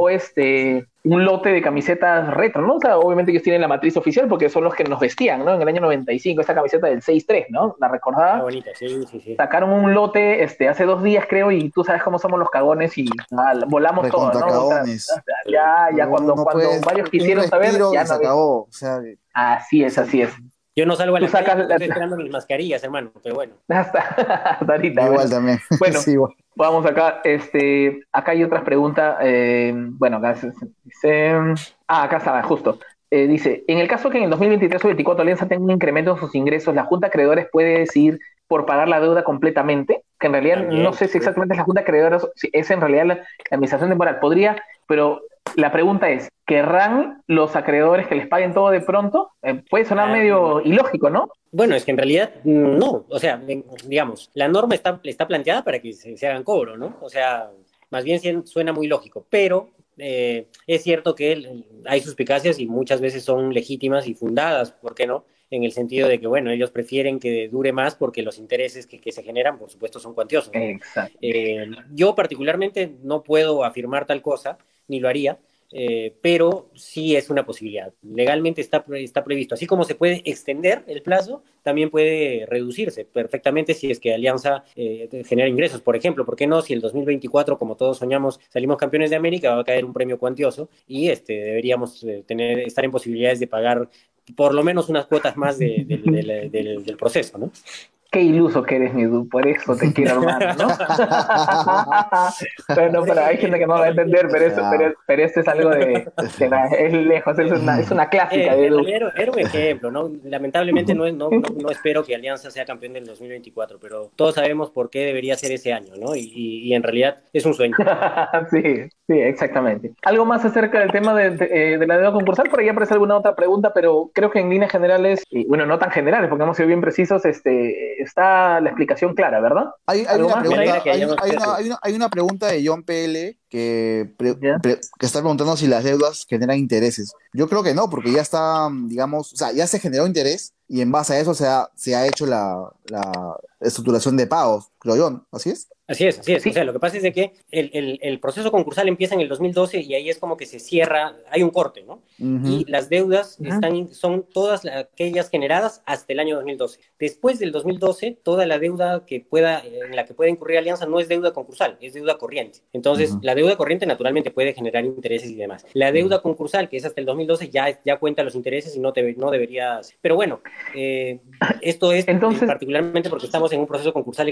un lote de camisetas retro, ¿no? O sea, obviamente ellos tienen la matriz oficial porque son los que nos vestían, ¿no? En el año 95, esta camiseta del 6-3, ¿no? ¿La recordaba? Bonita, sí. Sacaron un lote hace 2 días, creo, y tú sabes cómo somos los cagones y volamos todo, ¿no? O sea, ya cuando varios quisieron saber, ya no acabó. O sea, así es. Yo no salgo a la calle, estoy esperando mis mascarillas, hermano, pero bueno. Hasta ahorita. Igual también. Bueno, sí, igual. Vamos acá. Acá hay otras preguntas. Bueno, acá dice. Acá estaba, justo. Dice: en el caso que en el 2023 o 2024 Alianza tenga un incremento en sus ingresos, ¿la Junta de Acreedores puede decidir por pagar la deuda completamente? Que en realidad también, no sé si exactamente es la Junta de Acreedores, si es en realidad la administración temporal. Podría, pero la pregunta es: ¿querrán los acreedores que les paguen todo de pronto? Puede sonar medio ilógico, ¿no? Bueno, es que en realidad no. O sea, digamos, la norma está planteada para que se hagan cobro, ¿no? O sea, más bien suena muy lógico, pero es cierto que hay suspicacias y muchas veces son legítimas y fundadas, ¿por qué no? En el sentido de que, bueno, ellos prefieren que dure más porque los intereses que se generan, por supuesto, son cuantiosos, ¿no? Exacto. Yo particularmente no puedo afirmar tal cosa, ni lo haría, pero sí es una posibilidad. Legalmente está previsto. Así como se puede extender el plazo, también puede reducirse perfectamente si es que Alianza genera ingresos. Por ejemplo, ¿por qué no? Si el 2024, como todos soñamos, salimos campeones de América, va a caer un premio cuantioso y deberíamos estar en posibilidades de pagar por lo menos unas cuotas más del proceso, ¿no? Qué iluso que eres, mi Edu, por eso te quiero, hermano, ¿no? pero hay gente que no va a entender, pero esto es algo es lejos, es una clásica de Edu. Era un ejemplo, ¿no? Lamentablemente no espero que Alianza sea campeón del 2024, pero todos sabemos por qué debería ser ese año, ¿no? Y en realidad es un sueño. Sí, exactamente. ¿Algo más acerca del tema de la deuda concursal? Por ahí aparece alguna otra pregunta, pero creo que en líneas generales, bueno, no tan generales, porque hemos sido bien precisos, está la explicación clara, ¿verdad? Hay una pregunta de John PL que está preguntando si las deudas generan intereses. Yo creo que no, porque ya está, digamos, o sea, ya se generó interés y en base a eso se ha hecho la estructuración de pagos, creo yo, ¿así es? Así es. Sí. O sea, lo que pasa es de que el proceso concursal empieza en el 2012 y ahí es como que se cierra, hay un corte, ¿no? Uh-huh. Y las deudas son todas aquellas generadas hasta el año 2012. Después del 2012, toda la deuda en la que puede incurrir Alianza no es deuda concursal, es deuda corriente. Entonces, la deuda corriente naturalmente puede generar intereses y demás. La deuda concursal, que es hasta el 2012, ya cuenta los intereses y no debería... Pero bueno, esto es particularmente porque estamos en un proceso concursal extraordinario.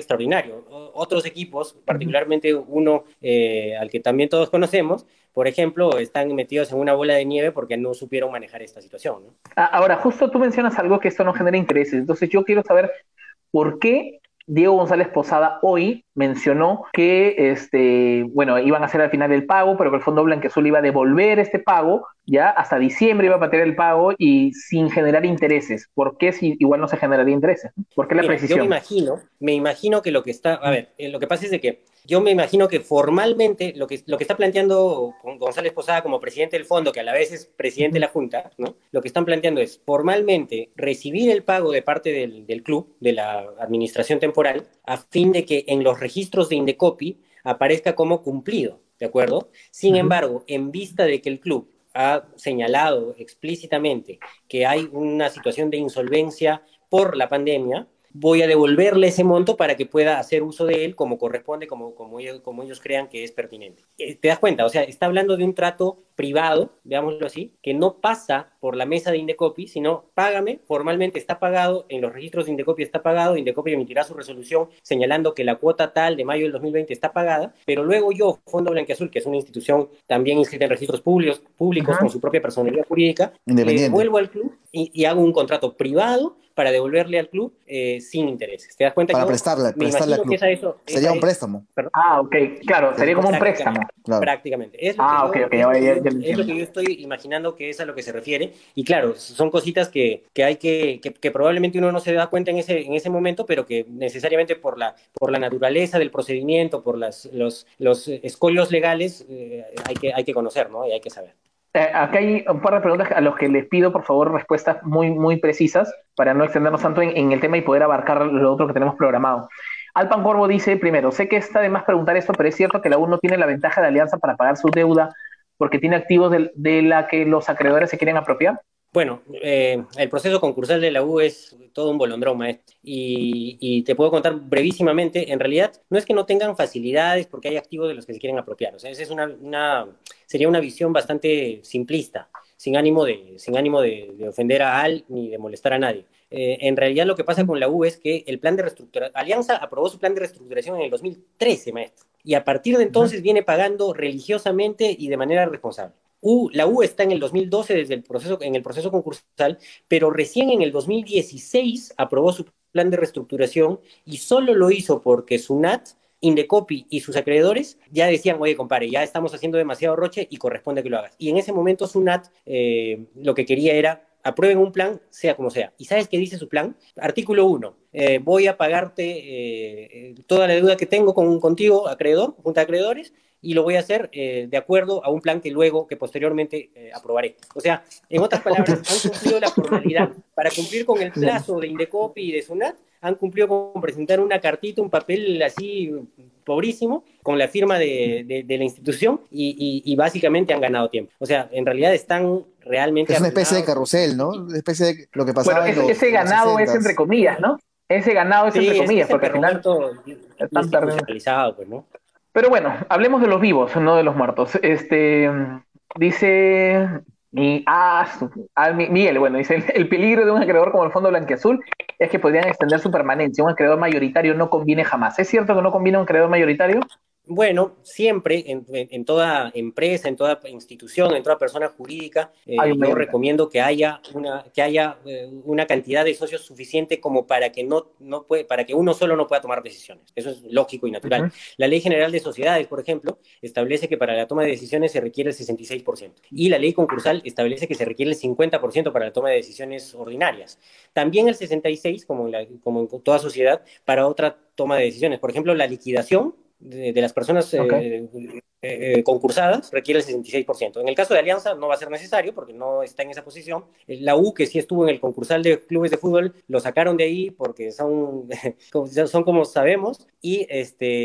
contrario, otros equipos, particularmente uno al que también todos conocemos, por ejemplo, están metidos en una bola de nieve porque no supieron manejar esta situación, ¿no? Ahora, justo tú mencionas algo que esto no genera intereses. Entonces yo quiero saber por qué Diego González Posada hoy mencionó que bueno, iban a hacer al final el pago, pero que el Fondo Blanquiazul iba a devolver este pago, ya hasta diciembre iba a patear el pago y sin generar intereses. ¿Por qué si igual no se generaría intereses? ¿Por qué la Mira, yo precisión? me imagino que lo que está, a ver, lo que pasa es de que yo me imagino que formalmente lo que está planteando González Posada como presidente del fondo, que a la vez es presidente de la Junta, ¿no? Lo que están planteando es formalmente recibir el pago de parte del club, de la administración temporal, a fin de que en los registros de Indecopi aparezca como cumplido, ¿de acuerdo? Sin embargo, en vista de que el club ha señalado explícitamente que hay una situación de insolvencia por la pandemia, voy a devolverle ese monto para que pueda hacer uso de él como corresponde, como ellos crean que es pertinente. ¿Te das cuenta? O sea, está hablando de un trato privado, veámoslo así, que no pasa por la mesa de Indecopi, sino págame, formalmente está pagado, en los registros de Indecopi está pagado, Indecopi emitirá su resolución señalando que la cuota tal de mayo del 2020 está pagada, pero luego yo, Fondo Blanquiazul, que es una institución también inscrita en registros públicos con su propia personalidad jurídica, le Independiente. devuelvo al club y hago un contrato privado para devolverle al club sin intereses. ¿Te das cuenta? Para Yo me prestarle al imagino que club. esa Sería un es, préstamo. perdón, Ah, ok, claro, Sería sería un como un préstamo. préstamo. prácticamente, Claro. prácticamente. Ah, ok, ok, ahora ya lo Es lo entiendo. que yo estoy imaginando que es a lo que se refiere. Y claro, son cositas que hay que probablemente uno no se da cuenta en ese momento, pero que necesariamente por la naturaleza del procedimiento, por los escollos legales, hay que conocer, ¿no? Y hay que saber. Acá hay un par de preguntas a los que les pido, por favor, respuestas muy, muy precisas para no extendernos tanto en el tema y poder abarcar lo otro que tenemos programado. Alpan Corvo dice, primero, sé que está de más preguntar esto, pero es cierto que la U no tiene la ventaja de Alianza para pagar su deuda porque tiene activos de la que los acreedores se quieren apropiar. Bueno, el proceso concursal de la U es todo un bolondrón, maestro. Y te puedo contar brevísimamente, en realidad no es que no tengan facilidades porque hay activos de los que se quieren apropiar. O sea, esa es sería una visión bastante simplista, sin ánimo de ofender a Al ni de molestar a nadie. En realidad lo que pasa con la U es que el plan de reestructuración, Alianza aprobó su plan de reestructuración en el 2013, maestro. Y a partir de entonces viene pagando religiosamente y de manera responsable. La U está en el 2012 en el proceso concursal, pero recién en el 2016 aprobó su plan de reestructuración y solo lo hizo porque SUNAT, Indecopi y sus acreedores ya decían, oye, compadre, ya estamos haciendo demasiado roche y corresponde que lo hagas. Y en ese momento SUNAT lo que quería era aprueben un plan, sea como sea. ¿Y sabes qué dice su plan? Artículo 1. Voy a pagarte toda la deuda que tengo contigo, acreedor, junta de acreedores, y lo voy a hacer de acuerdo a un plan que posteriormente aprobaré. O sea, en otras palabras, han cumplido la formalidad. Para cumplir con el plazo de Indecopi y de SUNAT, han cumplido con presentar una cartita, un papel así pobrísimo, con la firma de la institución y básicamente han ganado tiempo. O sea, en realidad están realmente Es una especie de arruinados. carrusel, ¿no? Una especie de lo que Bueno, pasaba ese en los ganado es 60. entre comillas, ¿no? Ese ganado es entre Sí, comillas, es el porque al final perromito están perdiendo. institucionalizado, pues, ¿no? Pero bueno, hablemos de los vivos, no de los muertos. Dice Miguel, bueno, dice el peligro de un acreedor como el Fondo Blanquiazul es que podrían extender su permanencia. Un acreedor mayoritario no conviene jamás. ¿Es cierto que no conviene un acreedor mayoritario? Bueno, siempre en toda empresa, en toda institución, en toda persona jurídica, Hay un yo mayoritario. recomiendo que haya una cantidad de socios suficiente como para que para que uno solo no pueda tomar decisiones. Eso es lógico y natural. Ujú. La Ley General de Sociedades, por ejemplo, establece que para la toma de decisiones se requiere el 66%. Y la ley concursal establece que se requiere el 50% para la toma de decisiones ordinarias. También el 66%, como en toda sociedad, para otra toma de decisiones. Por ejemplo, la liquidación de las personas Ok. concursadas requiere el 66%. En el caso de Alianza no va a ser necesario porque no está en esa posición. La U, que sí estuvo en el concursal de clubes de fútbol, lo sacaron de ahí porque son como sabemos y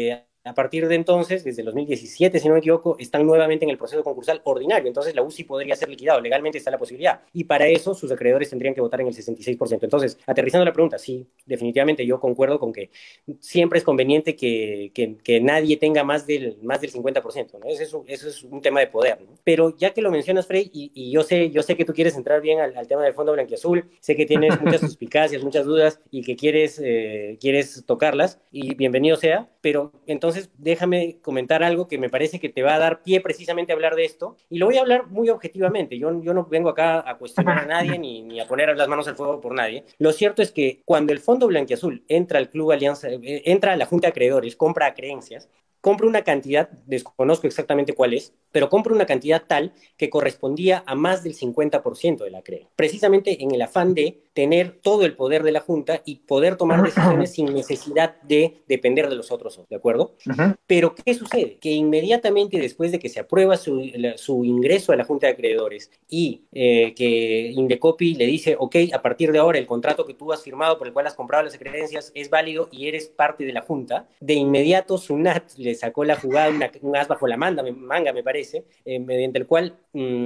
a partir de entonces, desde el 2017, si no me equivoco, están nuevamente en el proceso concursal ordinario. Entonces la UCI podría ser liquidado. Legalmente está la posibilidad. Y para eso sus acreedores tendrían que votar en el 66%. Entonces, aterrizando la pregunta, sí, definitivamente yo concuerdo con que siempre es conveniente que nadie tenga más del 50%, ¿no? Eso es un tema de poder, ¿no? Pero ya que lo mencionas, Frey, y yo sé que tú quieres entrar bien al tema del Fondo Blanquiazul, sé que tienes muchas suspicacias, muchas dudas y que quieres tocarlas, y bienvenido sea, pero entonces déjame comentar algo que me parece que te va a dar pie precisamente a hablar de esto, y lo voy a hablar muy objetivamente. Yo no vengo acá a cuestionar a nadie ni a poner las manos al fuego por nadie. Lo cierto es que cuando el Fondo Blanquiazul entra al Club Alianza, entra a la Junta de Acreedores, compra creencias, compra una cantidad, desconozco exactamente cuál es, pero compra una cantidad tal que correspondía a más del 50% de la CRE, precisamente en el afán de tener todo el poder de la Junta y poder tomar decisiones sin necesidad de depender de los otros, ¿de acuerdo? Pero ¿qué sucede? Que inmediatamente después de que se aprueba su ingreso a la Junta de Acreedores y que Indecopi le dice, ok, a partir de ahora el contrato que tú has firmado por el cual has comprado las creencias es válido y eres parte de la Junta, de inmediato Sunat le sacó la jugada, un as bajo la manga me parece, mediante el cual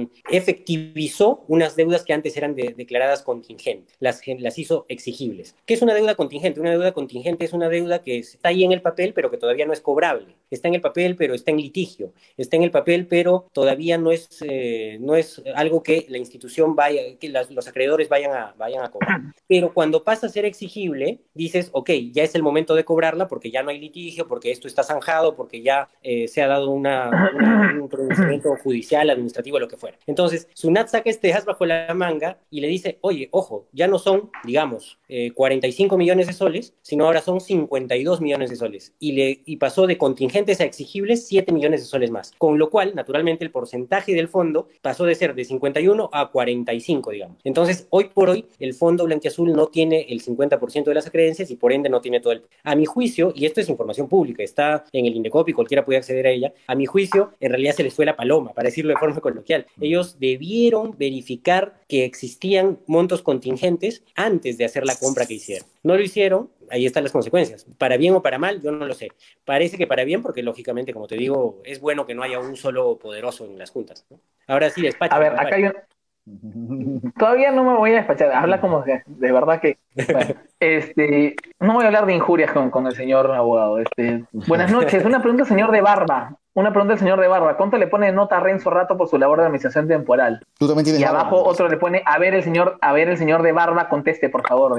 efectivizó unas deudas que antes eran declaradas contingentes, las hizo exigibles. ¿Qué es una deuda contingente? Una deuda contingente es una deuda que está ahí en el papel, pero que todavía no es cobrable. Está en el papel, pero está en litigio. Está en el papel, pero todavía no es algo que la institución que los acreedores vayan a cobrar. Pero cuando pasa a ser exigible, dices, ok, ya es el momento de cobrarla porque ya no hay litigio, porque esto está zanjado, porque ya se ha dado un pronunciamiento judicial, administrativo, lo que fuera. Entonces, Sunat saca este as bajo la manga y le dice, oye, ojo, ya no son, digamos, 45 millones de soles, sino ahora son 52 millones de soles. Y pasó de contingentes a exigibles 7 millones de soles más. Con lo cual, naturalmente, el porcentaje del fondo pasó de ser de 51 a 45, digamos. Entonces, hoy por hoy, el Fondo Blanquiazul no tiene el 50% de las acreencias y por ende no tiene todo el... A mi juicio, y esto es información pública, está en el Indecopi, cualquiera puede acceder a ella, a mi juicio, en realidad se les fue la paloma, para decirlo de forma coloquial. Ellos debieron verificar que existían montos contingentes antes de hacer la compra que hicieron. No lo hicieron, ahí están las consecuencias. Para bien o para mal, yo no lo sé. Parece que para bien, porque lógicamente, como te digo, es bueno que no haya un solo poderoso en las juntas, ¿no? Ahora sí, despacha. A ver, acá hay un... Todavía no me voy a despachar, habla como de verdad que, bueno, no voy a hablar de injurias con el señor abogado. Buenas noches, una pregunta al señor de Barba, ¿cuánto le pone nota a Renzo Rato por su labor de administración temporal? Tú también tienes Y barba, abajo ¿no? otro le pone, a ver el señor de Barba, conteste por favor.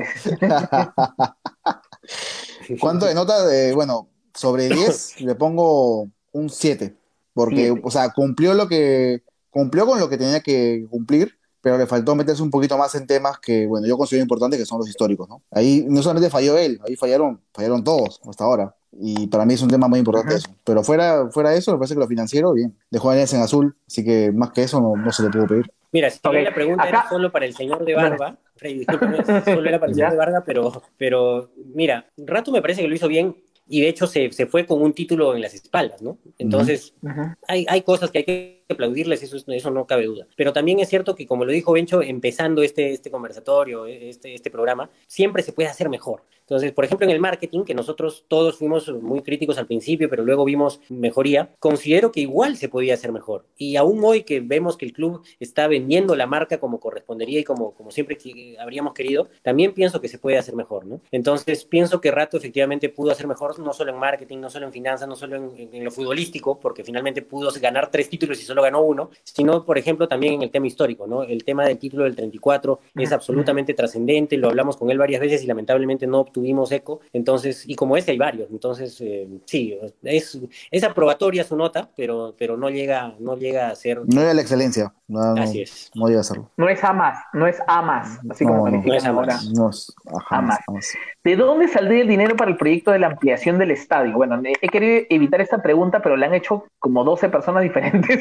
¿Cuánto de nota? Bueno, sobre 10 le pongo un 7 porque, 7. o sea, cumplió con lo que tenía que cumplir, pero le faltó meterse un poquito más en temas que, bueno, yo considero importantes, que son los históricos, ¿no? Ahí no solamente falló él, ahí fallaron todos hasta ahora. Y para mí es un tema muy importante eso. Pero fuera de eso, me parece que lo financiero, bien. Dejó a Alianza en azul, así que más que eso no se le pudo pedir. Mira, si Ok, bien la pregunta acá, era solo para el señor de Barba, Freddy, discúlpame, solo era para el señor de ya. Barba, pero mira, Rato me parece que lo hizo bien y de hecho se fue con un título en las espaldas, ¿no? Ujú. Entonces, hay cosas que hay que aplaudirles, eso no cabe duda. Pero también es cierto que, como lo dijo Bencho, empezando este conversatorio, este programa, siempre se puede hacer mejor. Entonces, por ejemplo, en el marketing, que nosotros todos fuimos muy críticos al principio, pero luego vimos mejoría, considero que igual se podía hacer mejor. Y aún hoy que vemos que el club está vendiendo la marca como correspondería y como siempre habríamos querido, también pienso que se puede hacer mejor, ¿no? Entonces, pienso que Rato efectivamente pudo hacer mejor, no solo en marketing, no solo en finanzas, no solo en lo futbolístico, porque finalmente pudo ganar 3 títulos y solo ganó uno, sino, por ejemplo, también en el tema histórico, ¿no? El tema del título del 34 es absolutamente trascendente, lo hablamos con él varias veces y lamentablemente no obtuvimos eco, entonces, y como ese hay varios, entonces, sí, es aprobatoria su nota, pero no llega a ser... No era la excelencia, Así es. no llega a serlo. No es amas, así como No es califican a ahora. más. No, Amas. jamás. ¿De dónde saldría el dinero para el proyecto de la ampliación del estadio? Bueno, he querido evitar esta pregunta, pero la han hecho como 12 personas diferentes.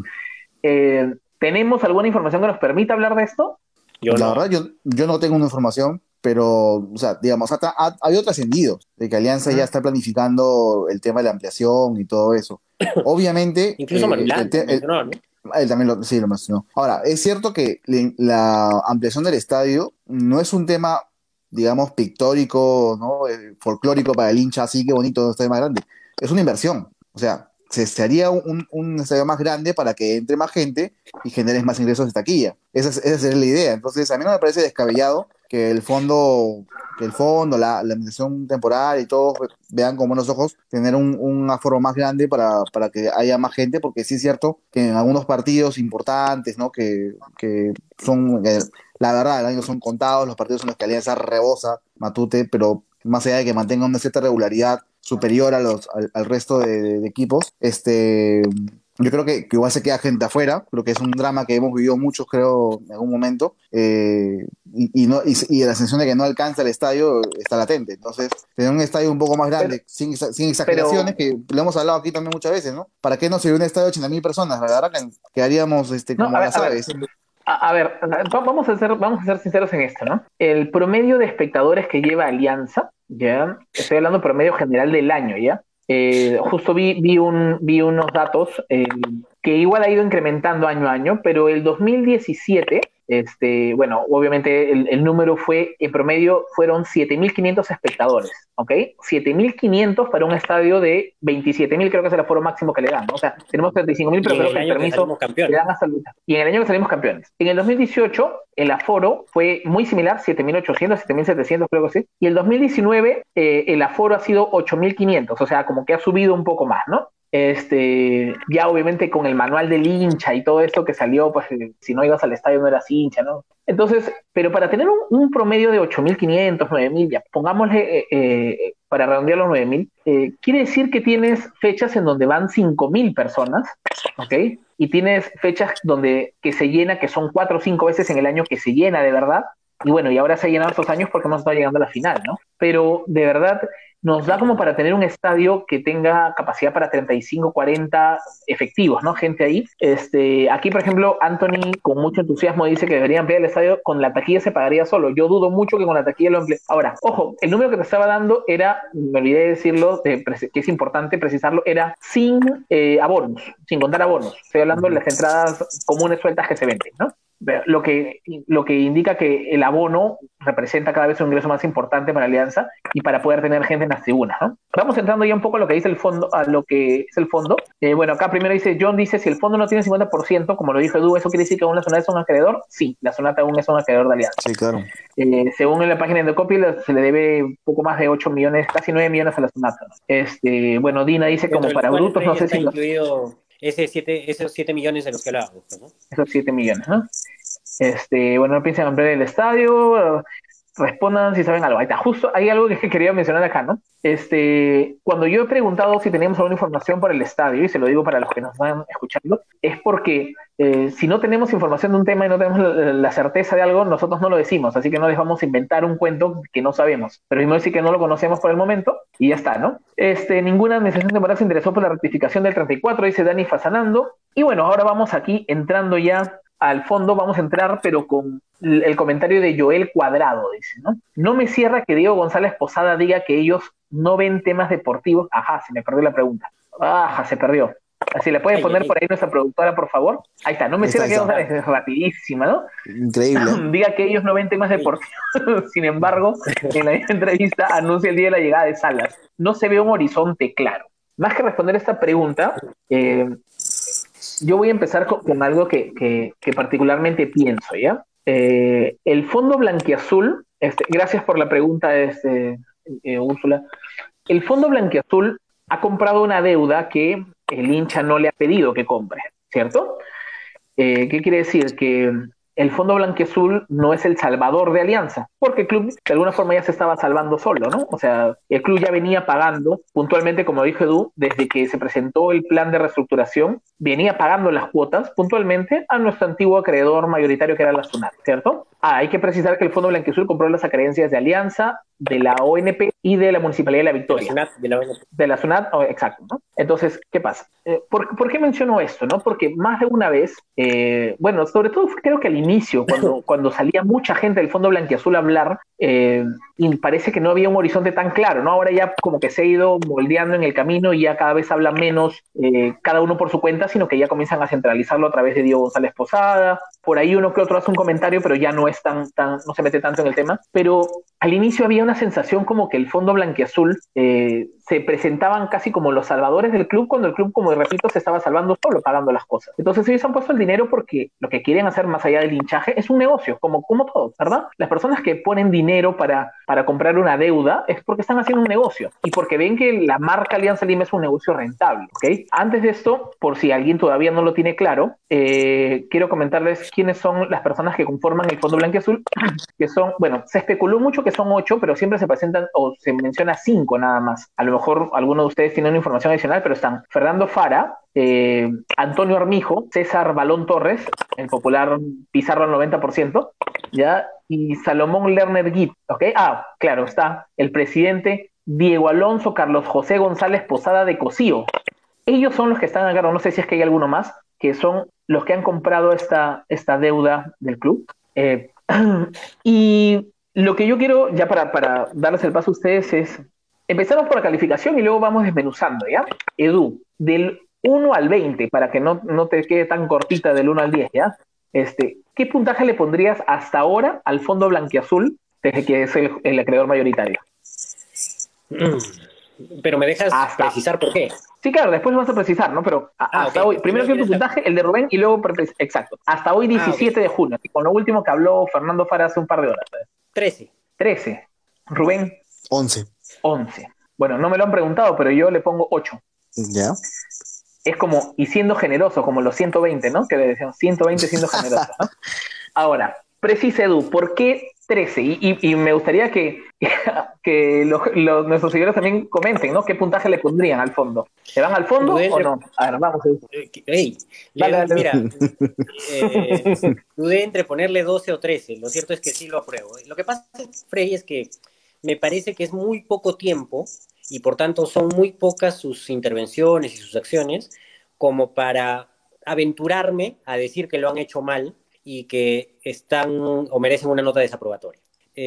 ¿Tenemos alguna información que nos permita hablar de esto? La verdad, yo no tengo una información, pero, o sea, digamos, ha habido trascendidos de que Alianza ya está planificando el tema de la ampliación y todo eso. Obviamente, Incluso Marulán lo mencionó, ¿no? él también sí lo mencionó. Ahora, es cierto que la ampliación del estadio no es un tema, digamos, pictórico, ¿no? Folclórico para el hincha, así que bonito, estadio más grande. es una inversión. O sea, se haría un estadio más grande para que entre más gente y generes más ingresos de taquilla. Esa sería la idea. Entonces, a mí no me parece descabellado que el fondo, la administración temporal y todos vean con buenos ojos tener un aforo más grande para que haya más gente, porque sí es cierto que en algunos partidos importantes, ¿no? Que son, la verdad, el año son contados, los partidos en los que Alianza rebosa Matute, pero más allá de que mantenga una cierta regularidad superior al resto de equipos, yo creo que igual se queda gente afuera. Creo que es un drama que hemos vivido muchos, creo, en algún momento, y la sensación de que no alcanza el estadio está latente. Entonces, tener un estadio un poco más Pero, grande, sin pero exageraciones, que lo hemos hablado aquí también muchas veces, ¿no? ¿Para qué no sería un estadio de 80.000 personas? La verdad que haríamos no, como las a ver, aves. vamos a ser sinceros en esto, ¿no? El promedio de espectadores que lleva Alianza, ya, estoy hablando promedio general del año, ¿ya? Justo vi unos datos que igual ha ido incrementando año a año, pero el 2017, bueno, obviamente el número fue, en promedio, fueron 7.500 espectadores, ¿ok? 7.500 para un estadio de 27.000, creo que es el aforo máximo que le dan, ¿no? O sea, tenemos 35.000, Y pero en creo el que el año que permiso salimos le campeones. dan hasta el... Y en el año que salimos campeones. En el 2018, el aforo fue muy similar, 7.800, 7.700, creo que sí. Y el 2019, el aforo ha sido 8.500, o sea, como que ha subido un poco más, ¿no? Ya obviamente con el manual del hincha y todo esto que salió, pues si no ibas al estadio no eras hincha, ¿no? Entonces, pero para tener un promedio de 8.500, 9.000, ya, pongámosle, para redondear los 9.000, quiere decir que tienes fechas en donde van 5.000 personas, ¿ok? Y tienes fechas donde que se llena, que son 4 o 5 veces en el año que se llena de verdad. Y bueno, y ahora se ha llenado estos años porque hemos estado llegando a la final, ¿no? Pero de verdad nos da como para tener un estadio que tenga capacidad para 35, 40 efectivos, ¿no? Gente ahí. Aquí, por ejemplo, Anthony con mucho entusiasmo dice que debería ampliar el estadio, con la taquilla se pagaría solo. Yo dudo mucho que con la taquilla lo amplíe. Ahora, ojo, el número que te estaba dando era, me olvidé de decirlo, que es importante precisarlo, era sin abonos, sin contar abonos. Estoy hablando de las entradas comunes sueltas que se venden, ¿no? Lo que indica que el abono representa cada vez un ingreso más importante para Alianza y para poder tener gente en las tribunas, ¿no? Vamos entrando ya un poco a lo que dice el fondo, a lo que es el fondo. Bueno, acá primero dice, John dice, si el fondo no tiene 50%, como lo dijo Edu, ¿eso quiere decir que aún la Sonata es un acreedor? Sí, la Sonata aún es un acreedor de Alianza. Sí, claro. Según en la página de Endocopy, se le debe poco más de 8 millones, casi 9 millones a la Sonata. Bueno, Dina dice, Dentro como de los para cuales, brutos, no Freddy, sé está si incluido esos 7 millones de los que hablábamos, ¿no? esos 7 millones, ¿no? Bueno, no piensen en ampliar el estadio, respondan si saben algo. Ahí está, justo hay algo que quería mencionar acá, ¿no? Cuando yo he preguntado si teníamos alguna información por el estadio, y se lo digo para los que nos van escuchando, es porque si no tenemos información de un tema y no tenemos la certeza de algo, nosotros no lo decimos, así que no les vamos a inventar un cuento que no sabemos, pero mismo decir que no lo conocemos por el momento y ya está, ¿no? Ninguna administración temporal se interesó por la rectificación del 34, dice Dani Fasanando, y bueno, ahora vamos aquí entrando ya al fondo, vamos a entrar, pero con el comentario de Joel Cuadrado, dice, ¿no? No me cierra que Diego González Posada diga que ellos no ven temas deportivos. Ajá, se me perdió la pregunta. Ajá, se perdió. Así le puede poner por ahí nuestra productora, por favor. Ahí está, no me cierra que Diego González, es rapidísima, ¿no? Increíble. Diga que ellos no ven temas deportivos. Sin embargo, en la entrevista anuncia el día de la llegada de Salas. No se ve un horizonte claro. Más que responder esta pregunta, yo voy a empezar con algo que particularmente pienso, ¿ya? El fondo blanquiazul, gracias por la pregunta, Úrsula. El fondo blanquiazul ha comprado una deuda que el hincha no le ha pedido que compre, ¿cierto? ¿Qué quiere decir? Que el fondo blanquiazul no es el salvador de Alianza, porque el club de alguna forma ya se estaba salvando solo, ¿no? O sea, el club ya venía pagando puntualmente, como dijo Edu, desde que se presentó el plan de reestructuración, venía pagando las cuotas puntualmente a nuestro antiguo acreedor mayoritario que era la SUNAT, ¿cierto? Hay que precisar que el fondo blanquiazul compró las acreencias de Alianza, de la ONP y de la Municipalidad de La Victoria. De la SUNAT, exacto, ¿no? Entonces, ¿qué pasa? ¿Por qué menciono esto? ¿No? Porque más de una vez, bueno, sobre todo creo que al inicio, cuando salía mucha gente del fondo blanquiazul a hablar, y parece que no había un horizonte tan claro, ¿no? Ahora ya como que se ha ido moldeando en el camino y ya cada vez habla menos cada uno por su cuenta, sino que ya comienzan a centralizarlo a través de Diego González Posada. Por ahí uno que otro hace un comentario, pero ya no es no se mete tanto en el tema. Pero al inicio había una sensación como que el fondo blanquiazul se presentaban casi como los salvadores del club, cuando el club, como repito, se estaba salvando solo pagando las cosas. Entonces ellos han puesto el dinero porque lo que quieren hacer más allá del hinchaje es un negocio, como todos, ¿verdad? Las personas que ponen dinero para comprar una deuda es porque están haciendo un negocio y porque ven que la marca Alianza Lima es un negocio rentable, ¿ok? Antes de esto, por si alguien todavía no lo tiene claro, quiero comentarles quiénes son las personas que conforman el Fondo Blanquiazul, que son, bueno, se especuló mucho que son 8, pero siempre se presentan o se menciona 5 nada más. A lo mejor alguno de ustedes tiene una información adicional, pero están Fernando Fara, Antonio Armijo, César Balón Torres, el popular Pizarro al 90%, ¿ya? Y Salomón Lerner Guit, ¿ok? Ah, claro, está el presidente Diego Alonso Carlos José González Posada de Cosío. Ellos son los que están acá, no sé si es que hay alguno más, que son los que han comprado esta deuda del club. Y lo que yo quiero, ya para darles el paso a ustedes, es empezamos por la calificación y luego vamos desmenuzando, ¿ya? Edu, del 1 al 20, para que no te quede tan cortita del 1 al 10, ¿ya? ¿Qué puntaje le pondrías hasta ahora al Fondo Blanquiazul, desde que es el acreedor mayoritario? Pero me dejas precisar por qué. Sí, claro, después vas a precisar, ¿no? Pero hasta hoy, primero quiero tu puntaje, el de Rubén, y luego, exacto, hasta hoy 17 de junio, con lo último que habló Fernando Fara hace un par de horas. 13. Rubén. 11. Bueno, no me lo han preguntado, pero yo le pongo 8. ¿Ya? Es como, y siendo generoso, como los 120, ¿no? Que le decíamos 120 siendo generoso, ¿no? Ahora, precisa Edu, ¿por qué 13? Y me gustaría que nuestros seguidores también comenten, ¿no? ¿Qué puntaje le pondrían al fondo? ¿Se van al fondo o no? A ver, vamos. Dale. Mira, dudé entre ponerle 12 o 13. Lo cierto es que sí lo apruebo. Lo que pasa, Frey, es que me parece que es muy poco tiempo y por tanto son muy pocas sus intervenciones y sus acciones como para aventurarme a decir que lo han hecho mal y que están o merecen una nota desaprobatoria.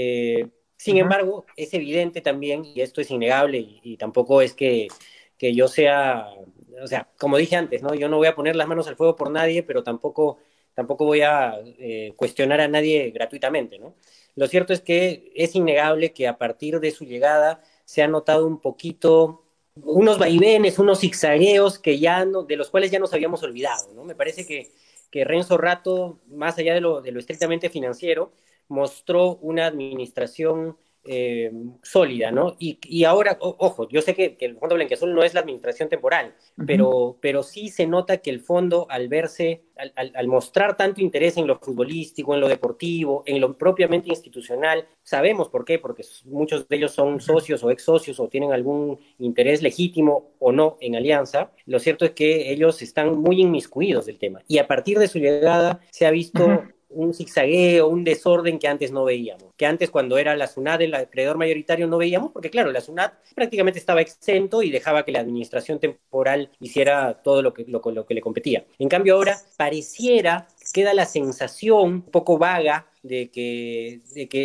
Sin embargo, es evidente también, y esto es innegable, y tampoco es que yo sea, o sea, como dije antes, ¿no? Yo no voy a poner las manos al fuego por nadie, pero tampoco voy a cuestionar a nadie gratuitamente, ¿no? Lo cierto es que es innegable que a partir de su llegada se ha notado un poquito unos vaivenes, unos zigzagueos que de los cuales ya nos habíamos olvidado, ¿no? Me parece que Renzo Rato, más allá de lo estrictamente financiero, mostró una administración sólida, ¿no? Y ahora, ojo, yo sé que el Fondo Blanquiazul no es la administración temporal, pero sí se nota que el fondo, al verse, al mostrar tanto interés en lo futbolístico, en lo deportivo, en lo propiamente institucional, sabemos por qué, porque muchos de ellos son socios o ex socios o tienen algún interés legítimo o no en Alianza. Lo cierto es que ellos están muy inmiscuidos del tema. Y a partir de su llegada se ha visto un zigzagueo, un desorden que antes no veíamos. Que antes, cuando era la SUNAT el acreedor mayoritario, no veíamos, porque claro, la SUNAT prácticamente estaba exento y dejaba que la administración temporal hiciera todo lo que le competía. En cambio, ahora queda la sensación un poco vaga de que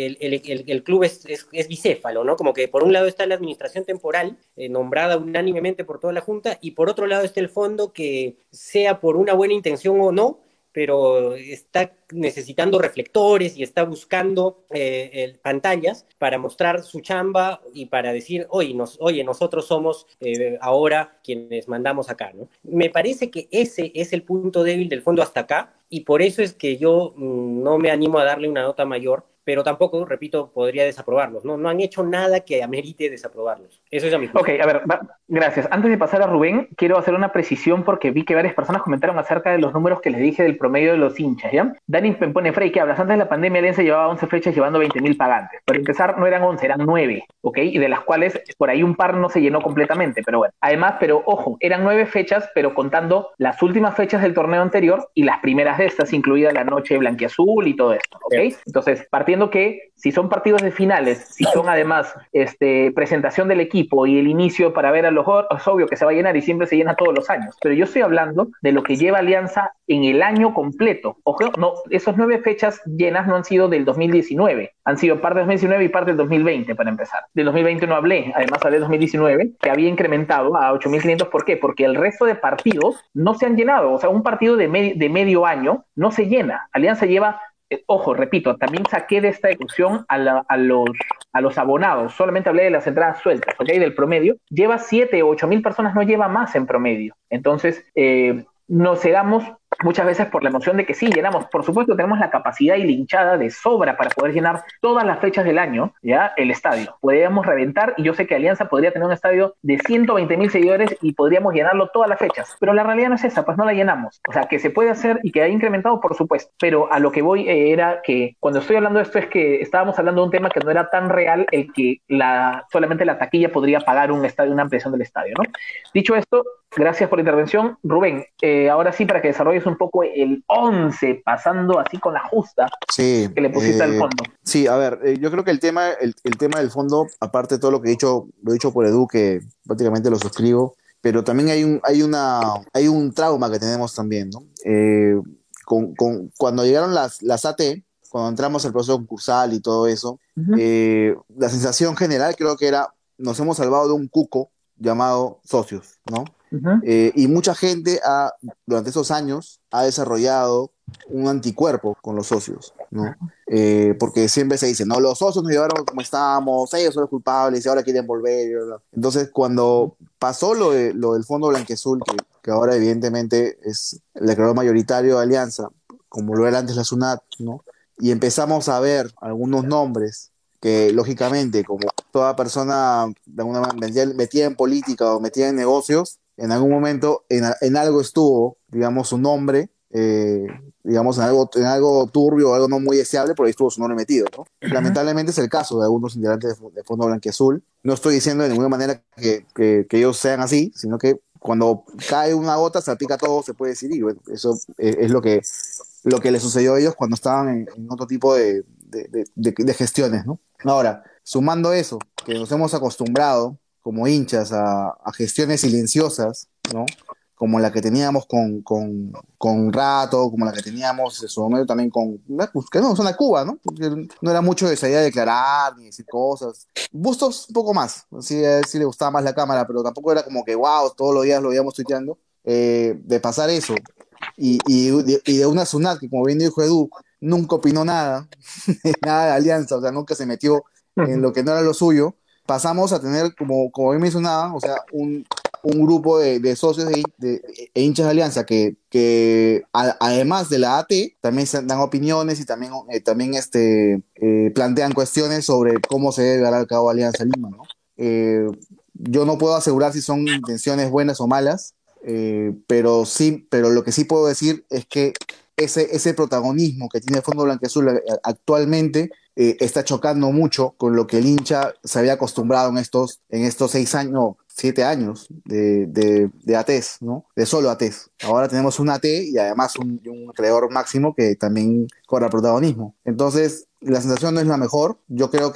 el club es bicéfalo, ¿no? Como que por un lado está la administración temporal, nombrada unánimemente por toda la Junta, y por otro lado está el fondo que, sea por una buena intención o no, pero está necesitando reflectores y está buscando pantallas para mostrar su chamba y para decir, oye, nosotros somos ahora quienes mandamos acá, ¿no? Me parece que ese es el punto débil del fondo hasta acá, y por eso es que yo no me animo a darle una nota mayor, pero tampoco, repito, podría desaprobarlos, ¿no? No han hecho nada que amerite desaprobarlos. Eso es a mi punto. Ok, a ver, gracias. Antes de pasar a Rubén, quiero hacer una precisión porque vi que varias personas comentaron acerca de los números que les dije del promedio de los hinchas, ¿ya? Dani me pone, Frey, que hablas, antes de la pandemia Alianza llevaba 11 fechas llevando 20.000 pagantes. Para empezar, no eran 11, eran 9, ¿ok? Y de las cuales por ahí un par no se llenó completamente, pero bueno. Además, pero ojo, eran 9 fechas, pero contando las últimas fechas del torneo anterior y las primeras de estas, incluida la noche blanquiazul y todo esto, ¿ok? Entonces, partiendo que si son partidos de finales, si son además presentación del equipo y el inicio para ver a los es obvio que se va a llenar y siempre se llena todos los años, pero yo estoy hablando de lo que lleva Alianza en el año completo. Ojo, no, esos 9 fechas llenas no han sido del 2019, han sido parte del 2019 y parte del 2020 para empezar. Del 2020 no hablé, además hablé del 2019, que había incrementado a 8.500. ¿Por qué? Porque el resto de partidos no se han llenado, o sea, un partido de medio año no se llena. Alianza lleva ojo, repito, también saqué de esta discusión a los abonados, solamente hablé de las entradas sueltas, ¿ok? Del promedio, lleva 7 o 8 mil personas, no lleva más en promedio. Entonces, nos cegamos muchas veces por la emoción de que sí, llenamos. Por supuesto, tenemos la capacidad y la hinchada de sobra para poder llenar todas las fechas del año, ¿ya? El estadio. Podríamos reventar, y yo sé que Alianza podría tener un estadio de 120.000 seguidores y podríamos llenarlo todas las fechas, pero la realidad no es esa, pues no la llenamos. O sea, que se puede hacer y que ha incrementado, por supuesto, pero a lo que voy era que cuando estoy hablando de esto es que estábamos hablando de un tema que no era tan real el que solamente la taquilla podría pagar un estadio, una ampliación del estadio, ¿no? Dicho esto, gracias por la intervención. Rubén, ahora sí, para que desarrolles un poco el 11, pasando así con la justa Sí, que le pusiste al fondo. sí, a ver, yo creo que el tema del fondo, aparte de todo lo que he dicho, lo he dicho por Edu, que prácticamente lo suscribo, pero también hay un trauma que tenemos también, ¿no? Cuando llegaron las AT, cuando entramos al proceso concursal y todo eso, Uh-huh. la sensación general creo que era, nos hemos salvado de un cuco llamado socios, ¿no? Uh-huh. Y mucha gente durante esos años ha desarrollado un anticuerpo con los socios, ¿no? Porque siempre se dice, no, los socios nos llevaron como estábamos, ellos son los culpables y ahora quieren volver. ¿Verdad? Entonces, cuando pasó lo del Fondo Blanquiazul, que ahora evidentemente es el acreedor mayoritario de Alianza, como lo era antes la SUNAT, ¿no? Y empezamos a ver algunos nombres que, lógicamente, como toda persona de alguna manera metida en política o metida en negocios, en algún momento en algo estuvo, digamos, su nombre, digamos, en algo turbio o algo no muy deseable, por ahí estuvo su nombre metido, ¿no? Uh-huh. Lamentablemente es el caso de algunos integrantes de Fondo Blanquiazul. No estoy diciendo de ninguna manera que ellos sean así, sino que cuando cae una gota, se aplica todo, se puede decir, y bueno, eso es lo que les sucedió a ellos cuando estaban en otro tipo de gestiones, ¿no? Ahora, sumando eso, que nos hemos acostumbrado como hinchas a gestiones silenciosas, ¿no? Como la que teníamos con Rato, como la que teníamos en su momento también pues, que no, son a Cuba, ¿no? Porque no era mucho de salir a declarar ni decir cosas. Bustos un poco más, sí, a él sí le gustaba más la cámara, pero tampoco era como que, wow, todos los días lo íbamos tuiteando. De pasar eso y de una SUNAT que, como bien dijo Edu, nunca opinó nada, nada de Alianza, o sea, nunca se metió en Uh-huh. lo que no era lo suyo, pasamos a tener, como bien mencionaba, o sea, un grupo de socios e hinchas de Alianza que además de la AT, también se dan opiniones y también plantean cuestiones sobre cómo se debe llevar a cabo Alianza Lima, ¿no? Eh, yo no puedo asegurar si son intenciones buenas o malas, pero lo que sí puedo decir es que ese protagonismo que tiene el Fondo Blanquiazul actualmente está chocando mucho con lo que el hincha se había acostumbrado en estos 6 años, no, 7 años de ATs, ¿no? De solo ATs. Ahora tenemos un AT y además un creador máximo que también cobra protagonismo. Entonces, la sensación no es la mejor. Yo creo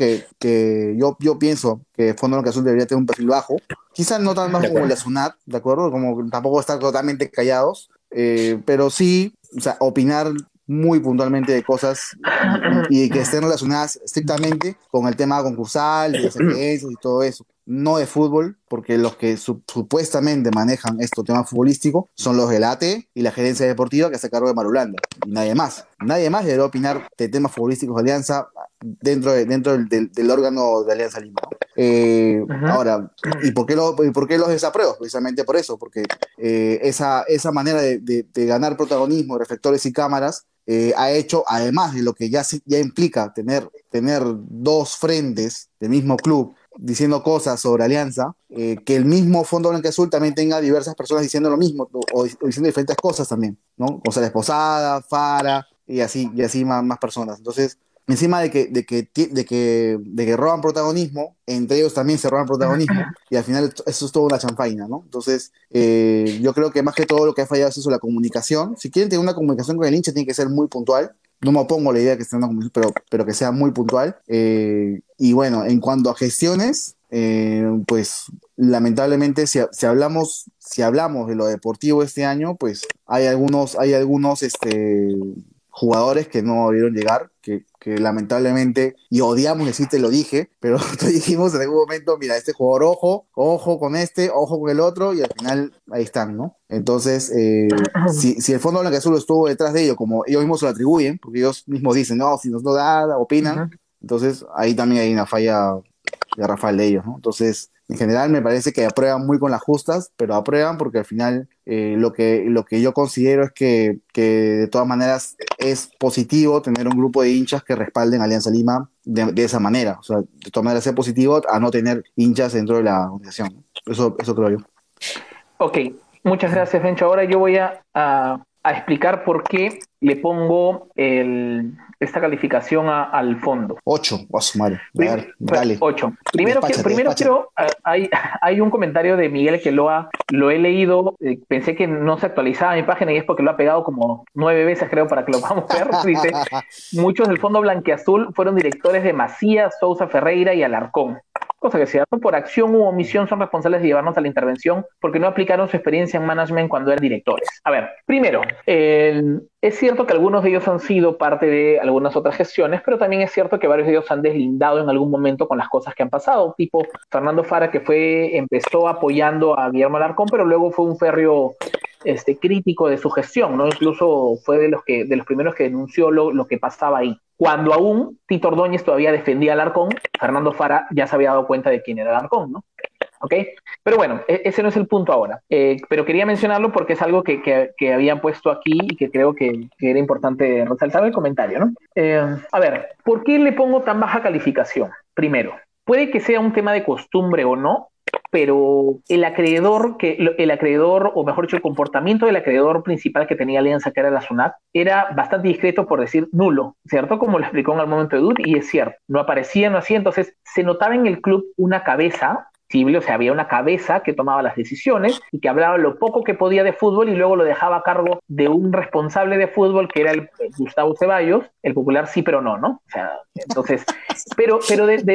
yo pienso que Fondo Blanquiazul debería tener un perfil bajo. Quizás no tan De bajo como acuerdo. la SUNAT, ¿de acuerdo? Como tampoco estar totalmente callados, pero sí, o sea, opinar muy puntualmente de cosas y que estén relacionadas estrictamente con el tema concursal, de las sentencias y todo eso. No de fútbol, porque los que supuestamente manejan estos temas futbolísticos son los del AT y la gerencia deportiva que está a cargo de Marulanda. Y nadie más. Nadie más debería opinar de temas futbolísticos de Alianza dentro del órgano de Alianza Lima, ¿no? Uh-huh. Ahora, ¿y por qué los desapruebo? Precisamente por eso, porque esa manera de ganar protagonismo, reflectores y cámaras, ha hecho, además de lo que ya implica tener dos frentes del mismo club diciendo cosas sobre Alianza, que el mismo Fondo Blanquiazul también tenga diversas personas diciendo lo mismo o diciendo diferentes cosas también, ¿no? González Posada, Fara y así más personas. Entonces, encima de que roban protagonismo, entre ellos también se roban protagonismo, y al final eso es toda una chanfaina, ¿no? Entonces, yo creo que más que todo lo que ha fallado es eso, la comunicación. Si quieren tener una comunicación con el hincha, tiene que ser muy puntual. No me opongo a la idea de que esté una comunicación, pero que sea muy puntual. Y bueno, en cuanto a gestiones, pues lamentablemente si hablamos de lo deportivo este año, pues hay algunos jugadores que no debieron llegar, que lamentablemente, y odiamos decirte, lo dije, pero te dijimos en algún momento, mira, este jugador, ojo con este, ojo con el otro, y al final ahí están, ¿no? Entonces, si el Fondo Blanquiazul estuvo detrás de ello, como ellos mismos se lo atribuyen, porque ellos mismos dicen, no, si nos lo da, opinan, entonces ahí también hay una falla garrafal de ellos, ¿no? Entonces, en general me parece que aprueban muy con las justas, pero aprueban porque al final lo que yo considero es que de todas maneras es positivo tener un grupo de hinchas que respalden a Alianza Lima de esa manera. O sea, de todas maneras es positivo a no tener hinchas dentro de la organización, ¿no? Eso creo yo. Ok, muchas gracias, Bencho. Ahora yo voy a explicar por qué le pongo esta calificación al fondo. 8, a su madre. A ver, dale. 8. Primero Despáchate. quiero, hay un comentario de Miguel que lo he leído, pensé que no se actualizaba mi página y es porque lo ha pegado como 9 veces, creo, para que lo podamos ver. Dice, muchos del Fondo Blanquiazul fueron directores de Macías, Sousa Ferreira y Alarcón. Cosa que es cierto, por acción u omisión son responsables de llevarnos a la intervención porque no aplicaron su experiencia en management cuando eran directores. A ver, primero, es cierto que algunos de ellos han sido parte de algunas otras gestiones, pero también es cierto que varios de ellos han deslindado en algún momento con las cosas que han pasado, tipo Fernando Fara, que empezó apoyando a Guillermo Alarcón, pero luego fue un férreo crítico de su gestión, ¿no? Incluso fue de los primeros que denunció lo que pasaba ahí. Cuando aún Tito Ordóñez todavía defendía a Alarcón, Fernando Fara ya se había dado cuenta de quién era Alarcón, ¿no? ¿Ok? Pero bueno, ese no es el punto ahora. Pero quería mencionarlo porque es algo que habían puesto aquí y que creo que era importante resaltar el comentario, ¿no? A ver, ¿por qué le pongo tan baja calificación? Primero, puede que sea un tema de costumbre o no, pero el acreedor, o mejor dicho, el comportamiento del acreedor principal que tenía Alianza, que era la SUNAT, era bastante discreto, por decir nulo, ¿cierto? Como lo explicó en el momento de Dud, y es cierto, no aparecía, no hacía, entonces se notaba en el club una cabeza visible, o sea, había una cabeza que tomaba las decisiones y que hablaba lo poco que podía de fútbol y luego lo dejaba a cargo de un responsable de fútbol que era el Gustavo Ceballos, el popular sí pero no, ¿no? O sea, entonces, pero de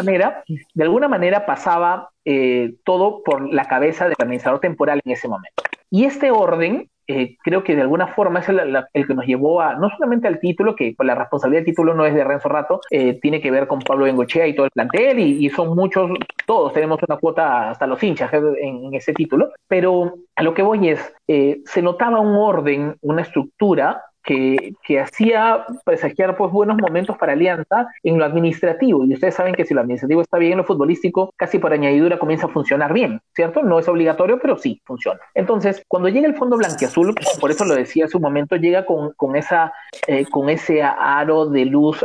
alguna manera pasaba todo por la cabeza del administrador temporal en ese momento. Y este orden, creo que de alguna forma es el que nos llevó no solamente al título, que la responsabilidad del título no es de Renzo Rato, tiene que ver con Pablo Bengochea y todo el plantel, y son muchos, todos tenemos una cuota, hasta los hinchas en ese título, pero a lo que voy es, se notaba un orden, una estructura que hacía presagiar pues buenos momentos para Alianza en lo administrativo, y ustedes saben que si lo administrativo está bien, lo futbolístico casi por añadidura comienza a funcionar bien, ¿cierto? No es obligatorio, pero sí funciona. Entonces, cuando llega el Fondo Blanquiazul, por eso lo decía hace un momento, llega con ese aro de luz,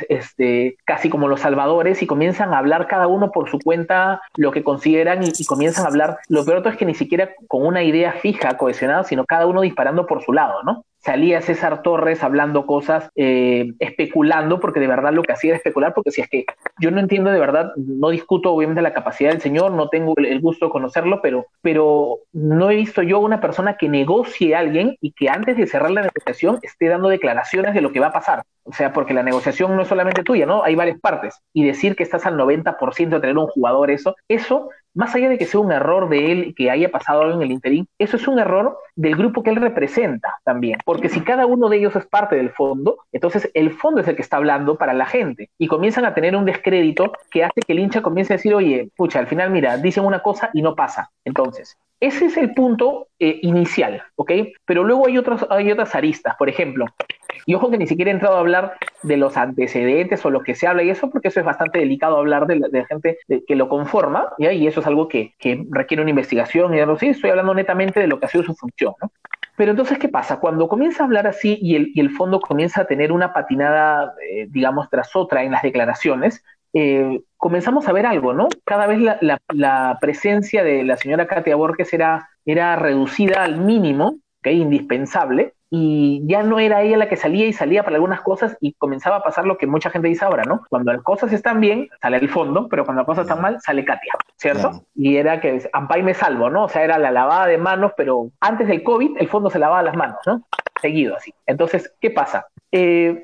casi como los salvadores, y comienzan a hablar cada uno por su cuenta lo que consideran, y comienzan a hablar, lo peor es que ni siquiera con una idea fija, cohesionada, sino cada uno disparando por su lado, ¿no? Salía César Torres hablando cosas, especulando, porque de verdad lo que hacía era especular, porque si es que yo no entiendo de verdad, no discuto obviamente la capacidad del señor, no tengo el gusto de conocerlo, pero no he visto yo a una persona que negocie a alguien y que antes de cerrar la negociación esté dando declaraciones de lo que va a pasar. O sea, porque la negociación no es solamente tuya, ¿no? Hay varias partes. Y decir que estás al 90% de tener un jugador, eso, más allá de que sea un error de él, que haya pasado algo en el interín, eso es un error del grupo que él representa también. Porque si cada uno de ellos es parte del fondo, entonces el fondo es el que está hablando para la gente. Y comienzan a tener un descrédito que hace que el hincha comience a decir, oye, pucha, al final, mira, dicen una cosa y no pasa. Entonces, ese es el punto inicial, ¿ok? Pero luego hay otras aristas, por ejemplo, y ojo que ni siquiera he entrado a hablar de los antecedentes o lo que se habla y eso, porque eso es bastante delicado hablar de la gente que lo conforma, ¿ya? Y eso es algo que requiere una investigación, y algo así. Estoy hablando netamente de lo que ha sido su función, ¿no? Pero entonces, ¿qué pasa? Cuando comienza a hablar así y el fondo comienza a tener una patinada, digamos, tras otra en las declaraciones, comenzamos a ver algo, ¿no? Cada vez la presencia de la señora Katia Borges era reducida al mínimo, que es indispensable, y ya no era ella la que salía y salía para algunas cosas, y comenzaba a pasar lo que mucha gente dice ahora, ¿no? Cuando las cosas están bien, sale el fondo, pero cuando las cosas están mal, sale Katia, ¿cierto? Claro. Y era que ampay me salvo, ¿no? O sea, era la lavada de manos, pero antes del COVID el fondo se lavaba las manos, ¿no? Seguido así. Entonces, ¿qué pasa?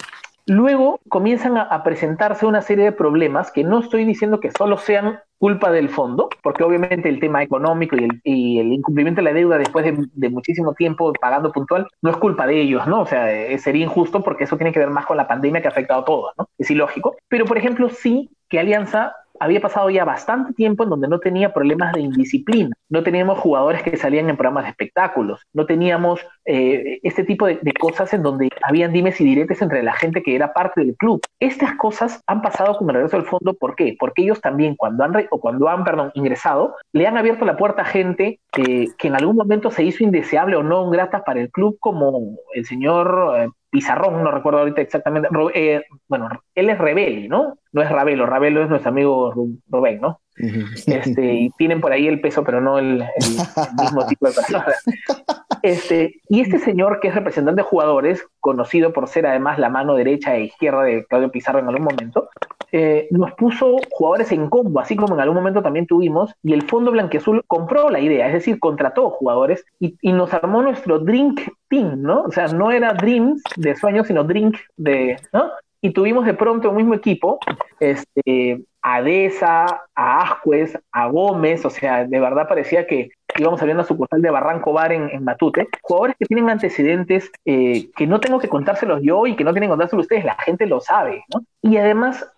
Luego comienzan a presentarse una serie de problemas que no estoy diciendo que solo sean culpa del fondo, porque obviamente el tema económico y el incumplimiento de la deuda después de muchísimo tiempo pagando puntual no es culpa de ellos, ¿no? O sea, sería injusto porque eso tiene que ver más con la pandemia que ha afectado a todos, ¿no? Es ilógico. Pero, por ejemplo, sí que Alianza había pasado ya bastante tiempo en donde no tenía problemas de indisciplina, no teníamos jugadores que salían en programas de espectáculos, no teníamos este tipo de cosas en donde habían dimes y diretes entre la gente que era parte del club. Estas cosas han pasado con el regreso del fondo, ¿por qué? Porque ellos también cuando han ingresado, le han abierto la puerta a gente que en algún momento se hizo indeseable o no grata para el club, como el señor Pizarrón, no recuerdo ahorita exactamente, bueno, él es Rebeli, ¿no? No es Ravelo es nuestro amigo Rubén, ¿no? Y tienen por ahí el peso, pero no el mismo tipo de personas. Y este señor, que es representante de jugadores, conocido por ser además la mano derecha e izquierda de Claudio Pizarro en algún momento, nos puso jugadores en combo, así como en algún momento también tuvimos, y el Fondo Blanquiazul compró la idea, es decir, contrató jugadores y nos armó nuestro Drink Team, ¿no? O sea, no era Dreams de sueños, sino Drink ¿no? Y tuvimos de pronto un mismo equipo, a Deza, a Ascuez, a Gómez, o sea, de verdad parecía que íbamos abriendo una sucursal de Barranco Bar en Matute, jugadores que tienen antecedentes que no tengo que contárselos yo y que no tienen que contárselos ustedes, la gente lo sabe, ¿no? Y además,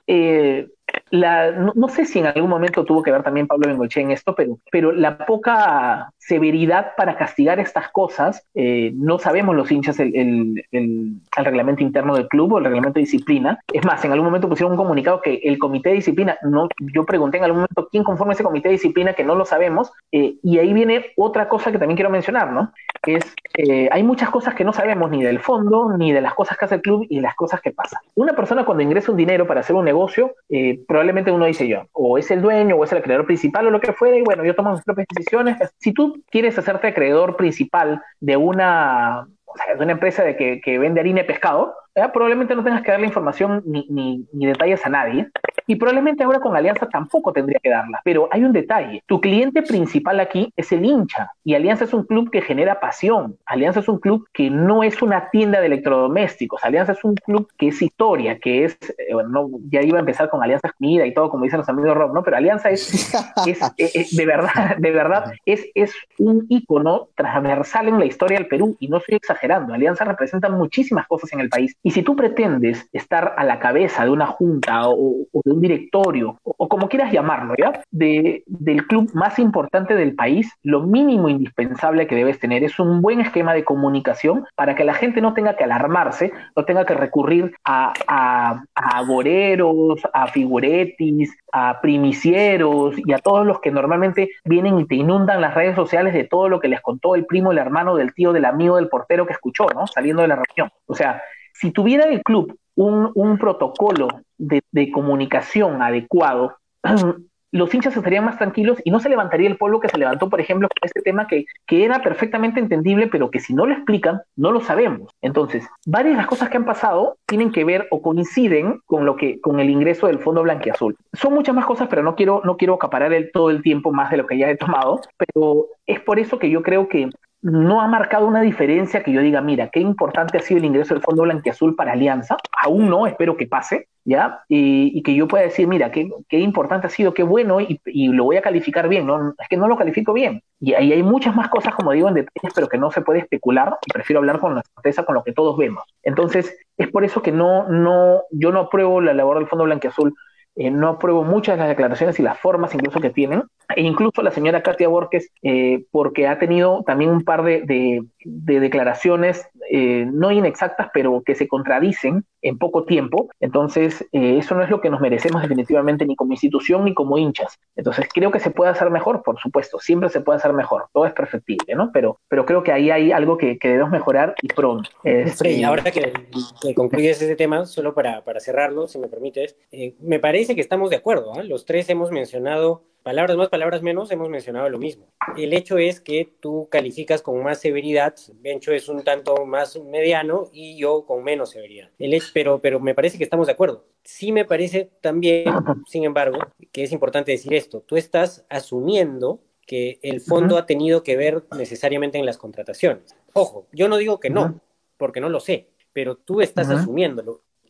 no sé si en algún momento tuvo que ver también Pablo Bengoechea en esto, pero la poca severidad para castigar estas cosas, no sabemos los hinchas el reglamento interno del club o el reglamento de disciplina. Es más, en algún momento pusieron un comunicado que el comité de disciplina, yo pregunté en algún momento quién conforma ese comité de disciplina, que no lo sabemos, y ahí viene otra cosa que también quiero mencionar, ¿no? Hay muchas cosas que no sabemos ni del fondo, ni de las cosas que hace el club y de las cosas que pasan. Una persona cuando ingresa un dinero para hacer un negocio, probablemente uno dice yo, o es el dueño, o es el acreedor principal, o lo que fuera, y bueno, yo tomo mis propias decisiones. Si tú quieres hacerte acreedor principal de una empresa que vende harina y pescado, probablemente no tengas que darle información ni detalles a nadie, y probablemente ahora con Alianza tampoco tendría que darla, pero hay un detalle: tu cliente principal aquí es el hincha, y Alianza es un club que genera pasión, Alianza es un club que no es una tienda de electrodomésticos, Alianza es un club que es historia, que es, no, ya iba a empezar con Alianza Comida y todo, como dicen los amigos Rob, ¿no? Pero Alianza es de verdad, es un ícono transversal en la historia del Perú, y no estoy exagerando. Alianza representa muchísimas cosas en el país, y si tú pretendes estar a la cabeza de una junta o de un directorio, o como quieras llamarlo, ¿ya? Del club más importante del país, lo mínimo indispensable que debes tener es un buen esquema de comunicación para que la gente no tenga que alarmarse, no tenga que recurrir a agoreros, a figuretis, a primicieros y a todos los que normalmente vienen y te inundan las redes sociales de todo lo que les contó el primo, el hermano, del tío, del amigo, del portero que escuchó, ¿no? Saliendo de la reunión. O sea, si tuviera el club un protocolo de comunicación adecuado, los hinchas estarían más tranquilos y no se levantaría el polvo que se levantó, por ejemplo, con este tema que era perfectamente entendible, pero que si no lo explican, no lo sabemos. Entonces, varias de las cosas que han pasado tienen que ver o coinciden con el ingreso del Fondo Blanquiazul. Son muchas más cosas, pero no quiero acaparar todo el tiempo más de lo que ya he tomado, pero es por eso que yo creo que no ha marcado una diferencia que yo diga, mira, qué importante ha sido el ingreso del Fondo Blanquiazul para Alianza. Aún no, espero que pase, ¿ya? Y que yo pueda decir, mira, qué importante ha sido, qué bueno, y lo voy a calificar bien, ¿no? Es que no lo califico bien. Y ahí hay muchas más cosas, como digo, en detalles, pero que no se puede especular, y prefiero hablar con la certeza, con lo que todos vemos. Entonces, es por eso que yo no apruebo la labor del Fondo Blanquiazul. No apruebo muchas de las declaraciones y las formas incluso que tienen, e incluso la señora Katia Borges, porque ha tenido también un par de declaraciones no inexactas, pero que se contradicen en poco tiempo. Entonces, eso no es lo que nos merecemos definitivamente, ni como institución ni como hinchas. Entonces, creo que se puede hacer mejor, por supuesto, siempre se puede hacer mejor, todo es perfectible, ¿no? Pero creo que ahí hay algo que debemos mejorar, y pronto. Frey, ahora que concluyes ese tema, solo para cerrarlo, si me permites, me parece que estamos de acuerdo, ¿eh? Los tres hemos mencionado, palabras más, palabras menos, hemos mencionado lo mismo. El hecho es que tú calificas con más severidad, Bencho es un tanto más mediano y yo con menos severidad. Pero me parece que estamos de acuerdo. Sí me parece también, sin embargo, que es importante decir esto. Tú estás asumiendo que el fondo ha tenido que ver necesariamente en las contrataciones. Ojo, yo no digo que no, porque no lo sé, pero tú estás asumiéndolo.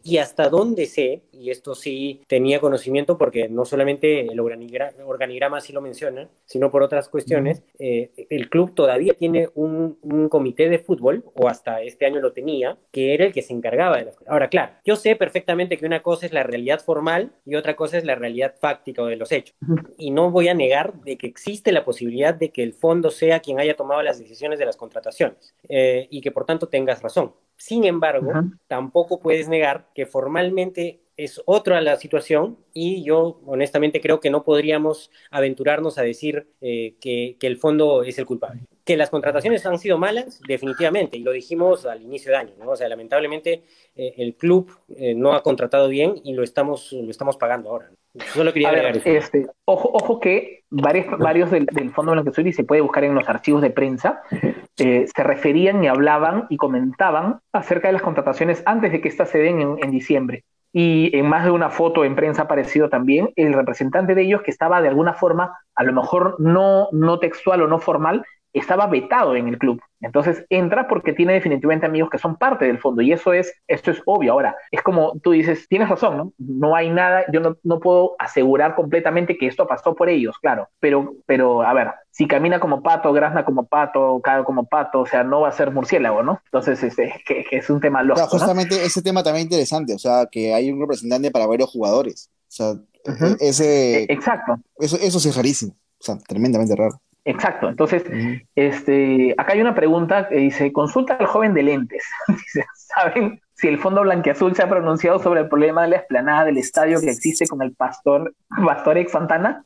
y hasta donde sé, y esto sí tenía conocimiento porque no solamente el organigrama sí lo menciona, sino por otras cuestiones, el club todavía tiene un comité de fútbol, o hasta este año lo tenía, que era el que se encargaba de las cosas. Ahora, claro, yo sé perfectamente que una cosa es la realidad formal y otra cosa es la realidad fáctica o de los hechos. Y no voy a negar de que existe la posibilidad de que el fondo sea quien haya tomado las decisiones de las contrataciones y que por tanto tengas razón. Sin embargo, tampoco puedes negar que formalmente es otra la situación y yo honestamente creo que no podríamos aventurarnos a decir que el fondo es el culpable. Que las contrataciones han sido malas, definitivamente, y lo dijimos al inicio de año, ¿no? O sea, lamentablemente el club no ha contratado bien y lo estamos pagando ahora, ¿no? Solo quería agregar eso. Ojo que varios del Fondo Blanqueazul, y se puede buscar en los archivos de prensa, se referían y hablaban y comentaban acerca de las contrataciones antes de que éstas se den en diciembre. Y en más de una foto en prensa ha aparecido también el representante de ellos que estaba de alguna forma, a lo mejor no textual o no formal, estaba vetado en el club. Entonces entra porque tiene definitivamente amigos que son parte del fondo y esto es obvio. Ahora, es como tú dices, tienes razón, ¿no? No hay nada, yo no puedo asegurar completamente que esto pasó por ellos, claro, pero a ver, si camina como pato, grazna como pato, cae como pato, o sea, no va a ser murciélago, ¿no? Entonces, que es un tema O sea, lógico, ¿no? justamente ese tema también interesante, o sea, que hay un representante para varios jugadores. O sea, Uh-huh. Exacto. eso sí es rarísimo. O sea, tremendamente raro. Exacto. Entonces, Ujú. acá hay una pregunta que dice, consulta al joven de lentes. Dice, ¿saben si el Fondo Blanquiazul se ha pronunciado sobre el problema de la explanada del estadio que existe con el Pastor ex Santana?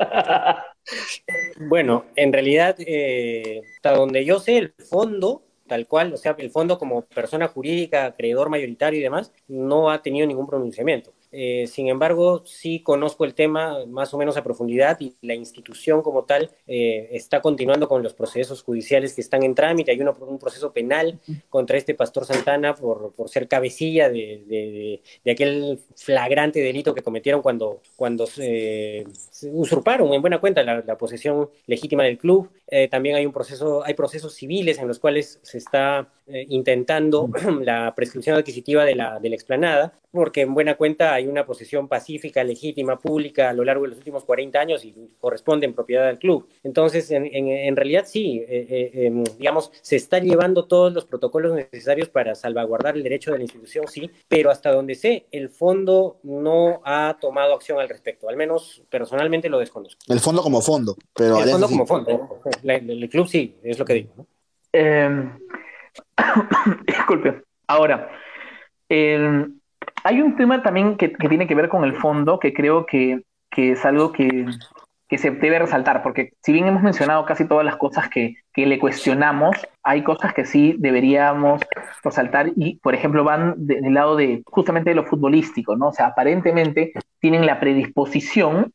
Bueno, en realidad, hasta donde yo sé, el fondo, tal cual, o sea, el fondo como persona jurídica, acreedor mayoritario y demás, no ha tenido ningún pronunciamiento. Sin embargo, sí conozco el tema más o menos a profundidad y la institución como tal está continuando con los procesos judiciales que están en trámite. Hay un proceso penal contra este Pastor Santana por ser cabecilla de aquel flagrante delito que cometieron cuando se usurparon en buena cuenta la posesión legítima del club. También hay procesos civiles en los cuales se está intentando la prescripción adquisitiva de la explanada, porque en buena cuenta hay una posesión pacífica, legítima, pública a lo largo de los últimos 40 años y corresponde en propiedad del club. Entonces, en realidad sí, digamos, se están llevando todos los protocolos necesarios para salvaguardar el derecho de la institución, sí, pero hasta donde sé, el fondo no ha tomado acción al respecto, al menos personalmente lo desconozco. El fondo como fondo, pero El Alianza fondo sí. como fondo, el club sí, es lo que digo, ¿no? Eh, Disculpe. Ahora, eh, hay un tema también que tiene que ver con el fondo que creo que es algo que se debe resaltar, porque si bien hemos mencionado casi todas las cosas que le cuestionamos, hay cosas que sí deberíamos resaltar y, por ejemplo, van del lado de justamente de lo futbolístico, ¿no? O sea, aparentemente tienen la predisposición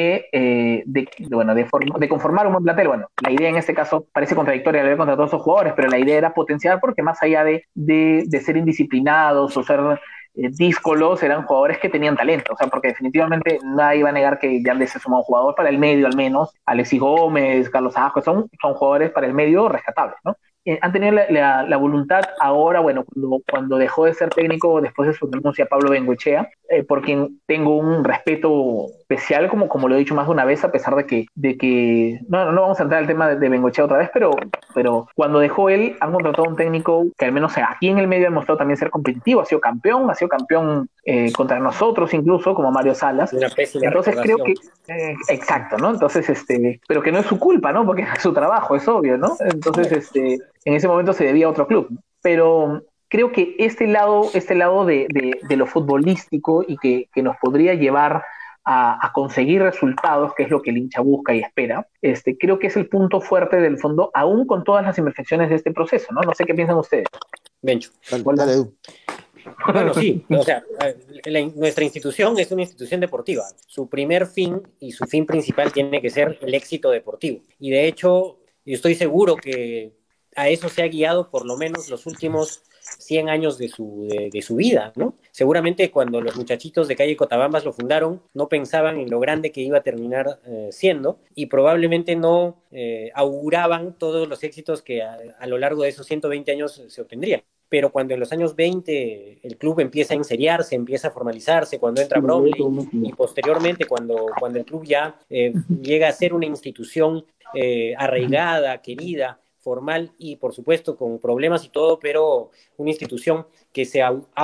de conformar un buen plantel. Bueno, la idea en este caso parece contradictoria la idea contra todos esos jugadores, pero la idea era potenciar porque más allá de ser indisciplinados o ser díscolos, eran jugadores que tenían talento, o sea, porque definitivamente nadie va a negar que Yandés es un buen jugador para el medio al menos, Alexis Gómez, Carlos Ajo, son jugadores para el medio rescatables, ¿no? Han tenido la voluntad ahora, bueno, cuando dejó de ser técnico después de su renuncia Pablo Bengoechea, por quien tengo un respeto especial, como lo he dicho más de una vez, a pesar de que no vamos a entrar al tema de Bengoechea otra vez, pero cuando dejó él, han contratado a un técnico que al menos aquí en el medio ha demostrado también ser competitivo, ha sido campeón contra nosotros incluso, como Mario Salas. Una pésima Entonces creo recordación. que, exacto, ¿no? Entonces, pero que no es su culpa, ¿no? Porque es su trabajo, es obvio, ¿no? Entonces, en ese momento se debía a otro club. Pero creo que este lado de lo futbolístico y que nos podría llevar a conseguir resultados, que es lo que el hincha busca y espera, creo que es el punto fuerte del fondo, aún con todas las imperfecciones de este proceso, ¿no? No sé qué piensan ustedes. Bencho. Dale, Hola. dale, Edu. Bueno, sí, o sea, nuestra institución es una institución deportiva. Su primer fin y su fin principal tiene que ser el éxito deportivo. Y de hecho, yo estoy seguro que a eso se ha guiado por lo menos los últimos 100 años de su vida, ¿no? Seguramente cuando los muchachitos de calle Cotabambas lo fundaron, no pensaban en lo grande que iba a terminar siendo y probablemente no auguraban todos los éxitos que a lo largo de esos 120 años se obtendrían. pero cuando en los años 20 el club empieza a enseriarse, empieza a formalizarse, cuando entra Bromley y posteriormente cuando el club ya llega a ser una institución arraigada, querida, formal y por supuesto con problemas y todo, pero una institución que se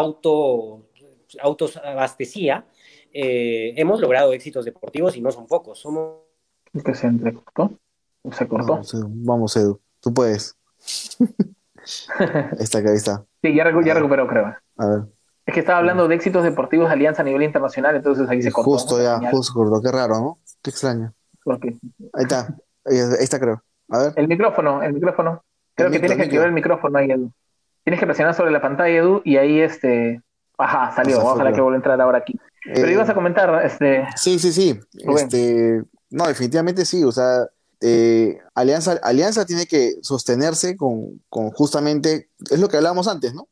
autoabastecía, hemos logrado éxitos deportivos y no son pocos. Somos Que se entrecortó, se cortó. Vamos, Edu, tú puedes. Ahí está. Sí, ya recuperó, creo. A ver. Es que estaba hablando de éxitos deportivos de Alianza a nivel internacional, entonces ahí se cortó, Justo ¿no? ya, justo cortó. Qué raro, ¿no? Qué extraño. Porque Ahí está. Ahí está, creo. A ver. el micrófono. Creo que tienes que activar el micrófono ahí, Edu. Tienes que presionar sobre la pantalla, Edu, y ahí ajá, salió. Ojalá que vuelva a entrar ahora aquí. Pero ibas a comentar, Sí. Rubén. No, definitivamente sí. O sea, Alianza tiene que sostenerse con justamente, es lo que hablábamos antes, ¿no?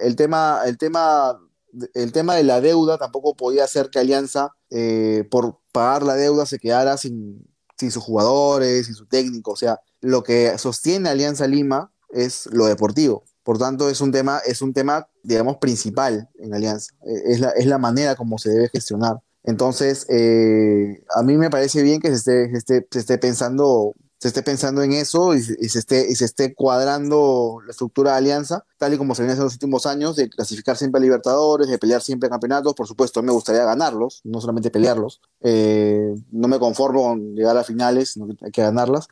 El tema de la deuda tampoco podía hacer que Alianza, por pagar la deuda, se quedara sin sus jugadores, sin su técnico. O sea, lo que sostiene Alianza Lima es lo deportivo. Por tanto, es un tema, digamos, principal en Alianza. Es la manera como se debe gestionar. Entonces, a mí me parece bien que se esté pensando en eso y se esté cuadrando la estructura de Alianza, tal y como se viene haciendo en los últimos años, de clasificar siempre a Libertadores, de pelear siempre a campeonatos. Por supuesto, me gustaría ganarlos, no solamente pelearlos. No me conformo con llegar a finales, sino que hay que ganarlas.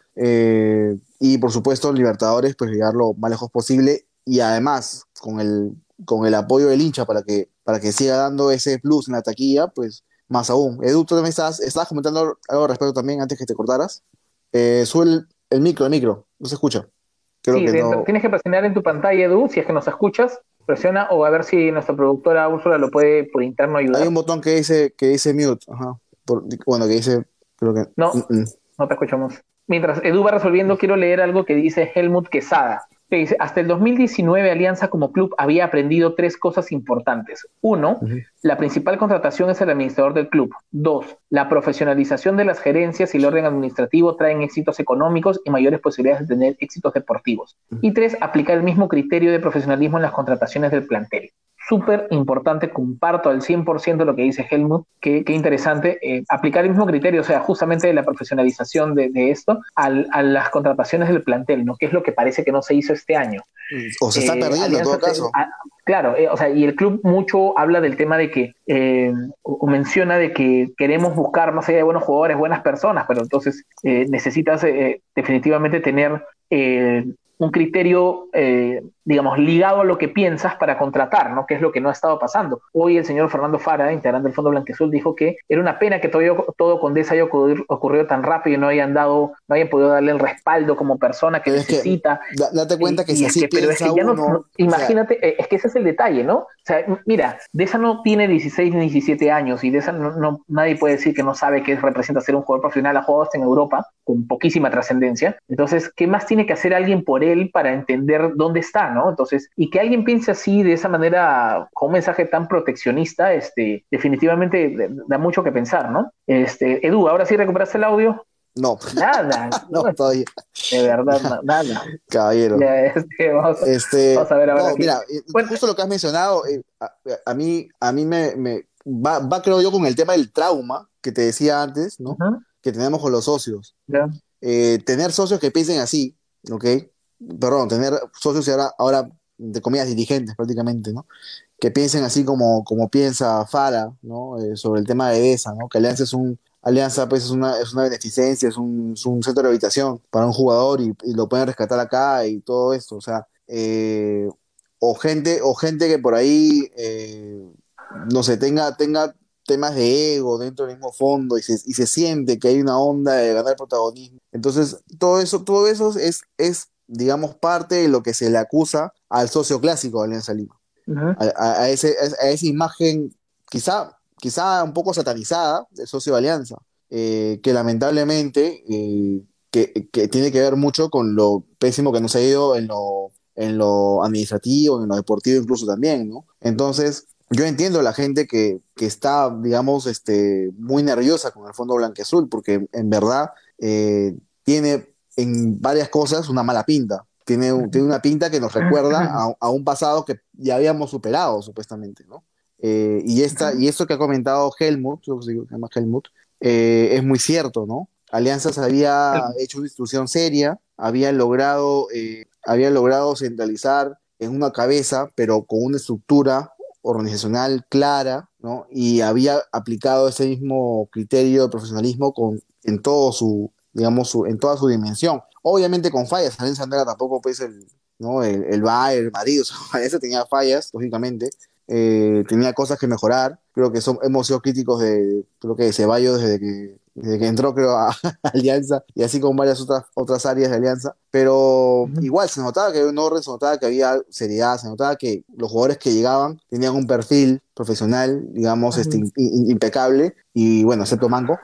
Y por supuesto, Libertadores, pues llegar lo más lejos posible y además con el apoyo del hincha para que siga dando ese plus en la taquilla, pues más aún. Edu, tú también estabas comentando algo al respecto también antes que te cortaras. Sube el micro, no se escucha. Creo Sí, que no. tienes que presionar en tu pantalla, Edu, si es que nos escuchas, presiona o a ver si nuestra productora Úrsula lo puede por interno Hay ayudar. un botón que dice mute, ajá. Bueno, que dice, creo que. No, no te escuchamos. Mientras Edu va resolviendo, quiero leer algo que dice Helmut Quesada, que dice, hasta el 2019 Alianza como club había aprendido 3 cosas importantes. 1, Uh-huh. la principal contratación es el administrador del club. 2, la profesionalización de las gerencias y el orden administrativo traen éxitos económicos y mayores posibilidades de tener éxitos deportivos. Y 3, aplicar el mismo criterio de profesionalismo en las contrataciones del plantel. Súper importante, comparto al 100% lo que dice Helmut, qué interesante, aplicar el mismo criterio, o sea, justamente la profesionalización de esto a las contrataciones del plantel, ¿no? Que es lo que parece que no se hizo este año. O se está perdiendo Alianza, en todo caso. Claro, o sea, y el club mucho habla del tema de que, o menciona de que queremos buscar más allá de buenos jugadores, buenas personas, pero entonces necesitas definitivamente tener un criterio, digamos, ligado a lo que piensas para contratar, ¿no? Que es lo que no ha estado pasando. Hoy el señor Fernando Fara, integrante del Fondo Blanqueazul, dijo que era una pena que todo Condesa haya ocurrido tan rápido y no hayan podido darle el respaldo como persona que Pero necesita. Es que, date cuenta que si así Pero es piensa que ya uno. imagínate, es que ese es el detalle, ¿no? O sea, mira, de esa no tiene 16 ni 17 años y de esa nadie puede decir que no sabe qué representa ser un jugador profesional. Ha jugado hasta en Europa con poquísima trascendencia. Entonces, ¿qué más tiene que hacer alguien por él para entender dónde está, ¿no? Entonces, y que alguien piense así, de esa manera, con un mensaje tan proteccionista, definitivamente da mucho que pensar, ¿no? Edu, ¿ahora sí recuperaste el audio? No, Nada, no, todavía. de verdad, nada. Caballero. Ya, vamos a ver ahora No, aquí. mira, Bueno, justo lo que has mencionado, a mí me va, creo yo, con el tema del trauma que te decía antes, ¿no? uh-huh, Que tenemos con los socios. ya. Tener socios que piensen así, ¿ok? Perdón, tener socios y ahora de comillas, dirigentes prácticamente, ¿no? Que piensen así como piensa Fara, ¿no? Sobre el tema de ESA, ¿no? Que Alianza pues es una beneficencia, es un centro de habitación para un jugador y lo pueden rescatar acá y todo esto, o sea, o gente que por ahí, no sé, tenga temas de ego dentro del mismo fondo y se siente que hay una onda de ganar protagonismo. Entonces, todo eso digamos, parte de lo que se le acusa al socio clásico de Alianza Lima. Uh-huh. A esa imagen quizá un poco satanizada del socio de Alianza, que lamentablemente que tiene que ver mucho con lo pésimo que nos ha ido en lo administrativo, en lo deportivo incluso también, ¿no? Entonces, yo entiendo a la gente que está, digamos, muy nerviosa con el Fondo Blanquiazul, porque en verdad tiene en varias cosas una mala pinta. tiene una pinta que nos recuerda a un pasado que ya habíamos superado, supuestamente, ¿no? Y esto que ha comentado Helmut, creo que se llama Helmut, es muy cierto, ¿no? Alianzas había hecho una institución seria, había logrado centralizar en una cabeza, pero con una estructura organizacional clara, ¿no? Y había aplicado ese mismo criterio de profesionalismo en todo digamos, en toda su dimensión. Obviamente con fallas, Alianza no era tampoco pues ¿no? el Bayern, el Madrid, o sea, Alianza tenía fallas, lógicamente, tenía cosas que mejorar. Creo que hemos sido críticos creo que de Ceballos desde que entró, creo, a Alianza, y así con varias otras áreas de Alianza. Pero igual se notaba que había un orden, se notaba que había seriedad, se notaba que los jugadores que llegaban tenían un perfil profesional, digamos, impecable, y bueno, excepto Manco,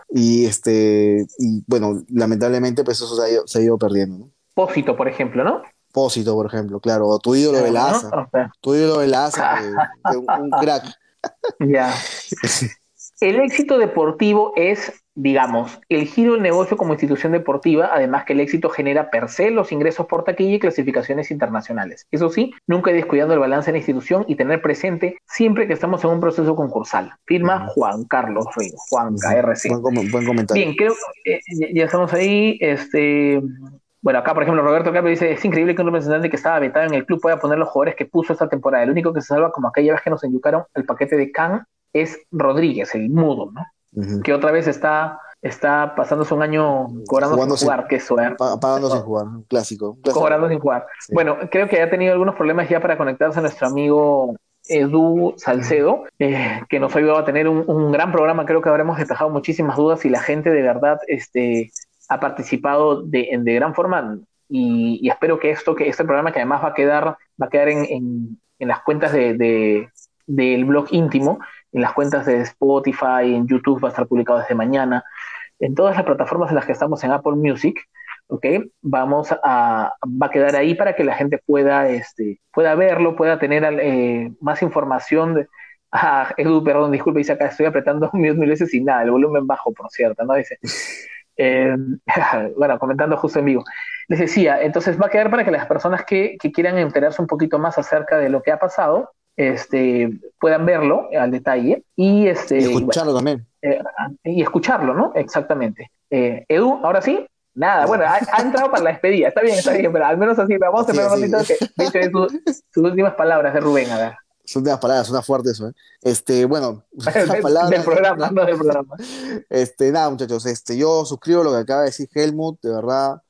y bueno, lamentablemente, pues eso se ha ido perdiendo, ¿no? Pósito, por ejemplo, ¿no? Pósito, por ejemplo, claro, o tu ídolo de la ¿No? ASA, O sea, tu ídolo de la ASA, que un crack. ya. El éxito deportivo es, digamos, el giro del negocio como institución deportiva, además que el éxito genera per se los ingresos por taquilla y clasificaciones internacionales. Eso sí, nunca descuidando el balance de la institución y tener presente siempre que estamos en un proceso concursal. Firma Juan Carlos Ríos, Juan KRC. Buen comentario. Bien, creo que ya estamos ahí. Bueno, acá, por ejemplo, Roberto Caprio dice: es increíble que un representante que estaba vetado en el club pueda poner los jugadores que puso esta temporada. El único que se salva, como aquella vez que nos enyucaron el paquete de Can, es Rodríguez, el mudo, ¿no? Que otra vez está pasándose un año cobrando sin jugar, que eso, pagando sin jugar, un clásico. Cobrando sin jugar. Sí. Bueno, creo que ha tenido algunos problemas ya para conectarse a nuestro amigo Edu Salcedo, que nos ha ayudado a tener un gran programa. Creo que habremos despejado muchísimas dudas y la gente de verdad ha participado de gran forma, y espero que este programa, que además va a quedar en las cuentas del blog íntimo, en las cuentas de Spotify, en YouTube va a estar publicado desde mañana, en todas las plataformas en las que estamos, en Apple Music, ¿ok? Va a quedar ahí para que la gente pueda verlo, pueda tener más información. Edu, perdón, disculpe, dice acá, estoy apretando mil veces y nada, el volumen bajo, por cierto, ¿no? Dice, bueno, comentando justo en vivo. Les decía, entonces va a quedar para que las personas que quieran enterarse un poquito más acerca de lo que ha pasado, puedan verlo al detalle y escucharlo también. Y escucharlo, ¿no? Exactamente. Edu, ahora sí, nada, bueno, ha entrado para la despedida, está bien, pero al menos así, vamos a ver un ratito que dice sus últimas palabras de Rubén, a ver. Son últimas palabras, suena fuerte eso, ¿eh? Bueno, palabras, del programa, no del programa. Nada, muchachos, yo suscribo lo que acaba de decir Helmut, de verdad.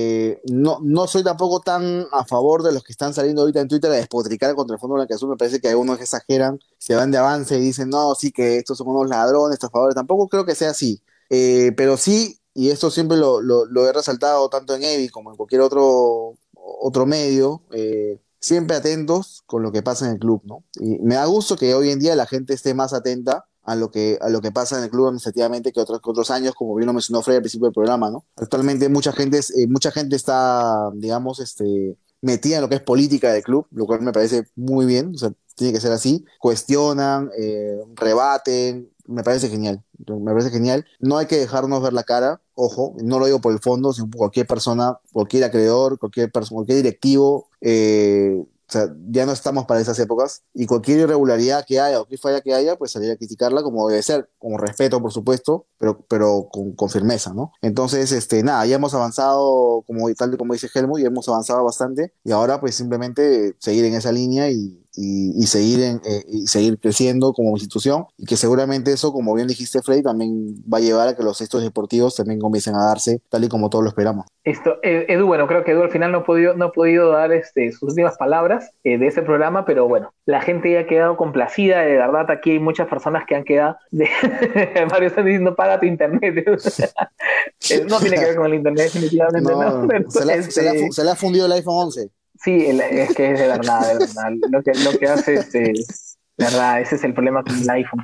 No soy tampoco tan a favor de los que están saliendo ahorita en Twitter a despotricar contra el Fondo Blanquiazul. Me parece que algunos exageran, se van de avance y dicen, no, sí, que estos son unos ladrones, estafadores. Tampoco creo que sea así, pero sí, y esto siempre lo he resaltado tanto en Evi como en cualquier otro medio, siempre atentos con lo que pasa en el club, ¿no? Y me da gusto que hoy en día la gente esté más atenta a lo que pasa en el club administrativamente que otros años, como bien lo mencionó Fred al principio del programa, ¿no? Actualmente mucha gente está, digamos, metida en lo que es política del club, lo cual me parece muy bien, o sea, tiene que ser así. Cuestionan, rebaten, me parece genial. No hay que dejarnos ver la cara, ojo, no lo digo por el fondo, sino por cualquier persona, cualquier acreedor, cualquier directivo, o sea, ya no estamos para esas épocas, y cualquier irregularidad que haya o cualquier falla que haya, pues salir a criticarla como debe ser, con respeto, por supuesto, pero con firmeza, ¿no? Entonces, nada, ya hemos avanzado, tal como dice Helmut, ya hemos avanzado bastante, y ahora pues simplemente seguir en esa línea y seguir creciendo como institución, y que seguramente eso, como bien dijiste, Freddy, también va a llevar a que los éxitos deportivos también comiencen a darse tal y como todos lo esperamos. Edu, bueno, creo que Edu al final no ha podido dar sus últimas palabras de ese programa, pero bueno, la gente ya ha quedado complacida, de verdad. Aquí hay muchas personas que han quedado Mario está diciendo, paga tu internet. No tiene que ver con el internet, definitivamente, ¿no? Pero, se le ha fundido el iPhone 11. Sí, es que es de verdad. Lo que hace de verdad, ese es el problema con el iPhone.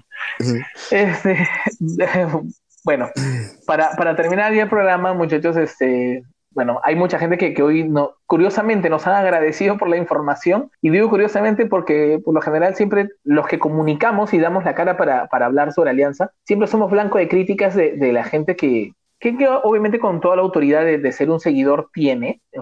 Bueno, para terminar ya el programa, muchachos, bueno, hay mucha gente que hoy curiosamente nos han agradecido por la información, y digo curiosamente porque por lo general siempre los que comunicamos y damos la cara para hablar sobre Alianza, siempre somos blanco de críticas de la gente que obviamente con toda la autoridad de ser un seguidor tiene, ¿ok?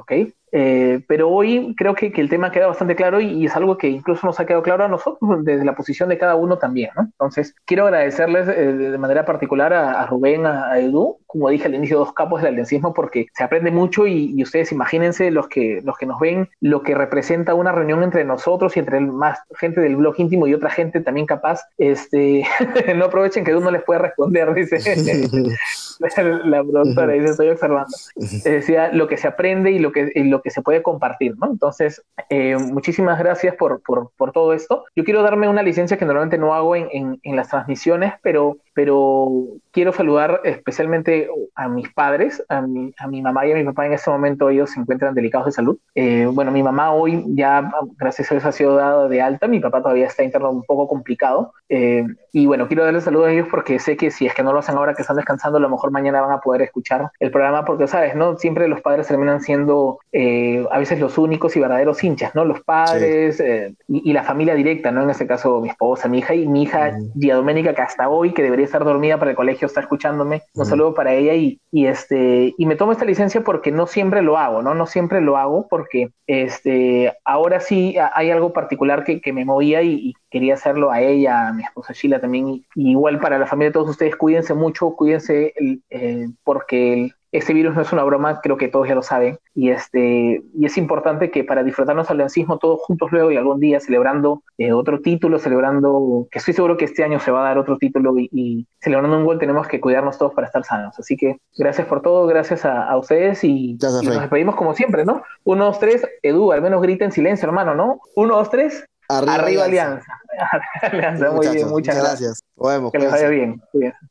Pero hoy creo que el tema queda bastante claro y es algo que incluso nos ha quedado claro a nosotros desde la posición de cada uno también, ¿no? Entonces, quiero agradecerles de manera particular a Rubén, a Edu, como dije al inicio, dos capos del aliancismo, porque se aprende mucho y ustedes imagínense los que nos ven, lo que representa una reunión entre nosotros y entre más gente del blog íntimo y otra gente también capaz, no aprovechen que Edu no les puede responder, dice la productora, dice, estoy observando. Decía lo que se aprende y lo que se puede compartir, ¿no? Entonces, muchísimas gracias por todo esto. Yo quiero darme una licencia que normalmente no hago en las transmisiones, pero quiero saludar especialmente a mis padres, a mi mamá y a mi papá. En este momento ellos se encuentran delicados de salud. Bueno, mi mamá hoy ya, gracias a Dios, ha sido dada de alta. Mi papá todavía está interno un poco complicado. Y bueno, quiero darles saludos a ellos porque sé que si es que no lo hacen ahora que están descansando, a lo mejor mañana van a poder escuchar el programa porque, ¿sabes? ¿No? Siempre los padres terminan siendo a veces los únicos y verdaderos hinchas, ¿no? Los padres Sí. y la familia directa, ¿no? En este caso mi esposa, mi hija y mi hija Gia Doménica, que hasta hoy, que debería estar dormida para el colegio, está escuchándome. Un saludo para ella y me tomo esta licencia porque no siempre lo hago, ¿no? No siempre lo hago porque ahora sí hay algo particular que me movía y quería hacerlo a ella, a mi esposa Sheila también, y igual para la familia de todos ustedes, cuídense mucho, cuídense porque este virus no es una broma, creo que todos ya lo saben, y es importante que para disfrutarnos al aliancismo todos juntos luego y algún día celebrando otro título, celebrando, que estoy seguro que este año se va a dar otro título y celebrando un gol, tenemos que cuidarnos todos para estar sanos. Así que gracias por todo, gracias a ustedes Gracias, y nos Rey. despedimos como siempre, ¿no? 1, 2, 3, Edu, al menos grita en silencio, hermano, ¿no? 1, 2, 3, Arriba arriba Alianza. Alianza. Alianza, Sí, muy bien, muchachos, muchas muchas gracias. gracias. Nos vemos, Que les vaya cuídense. bien. Cuídense.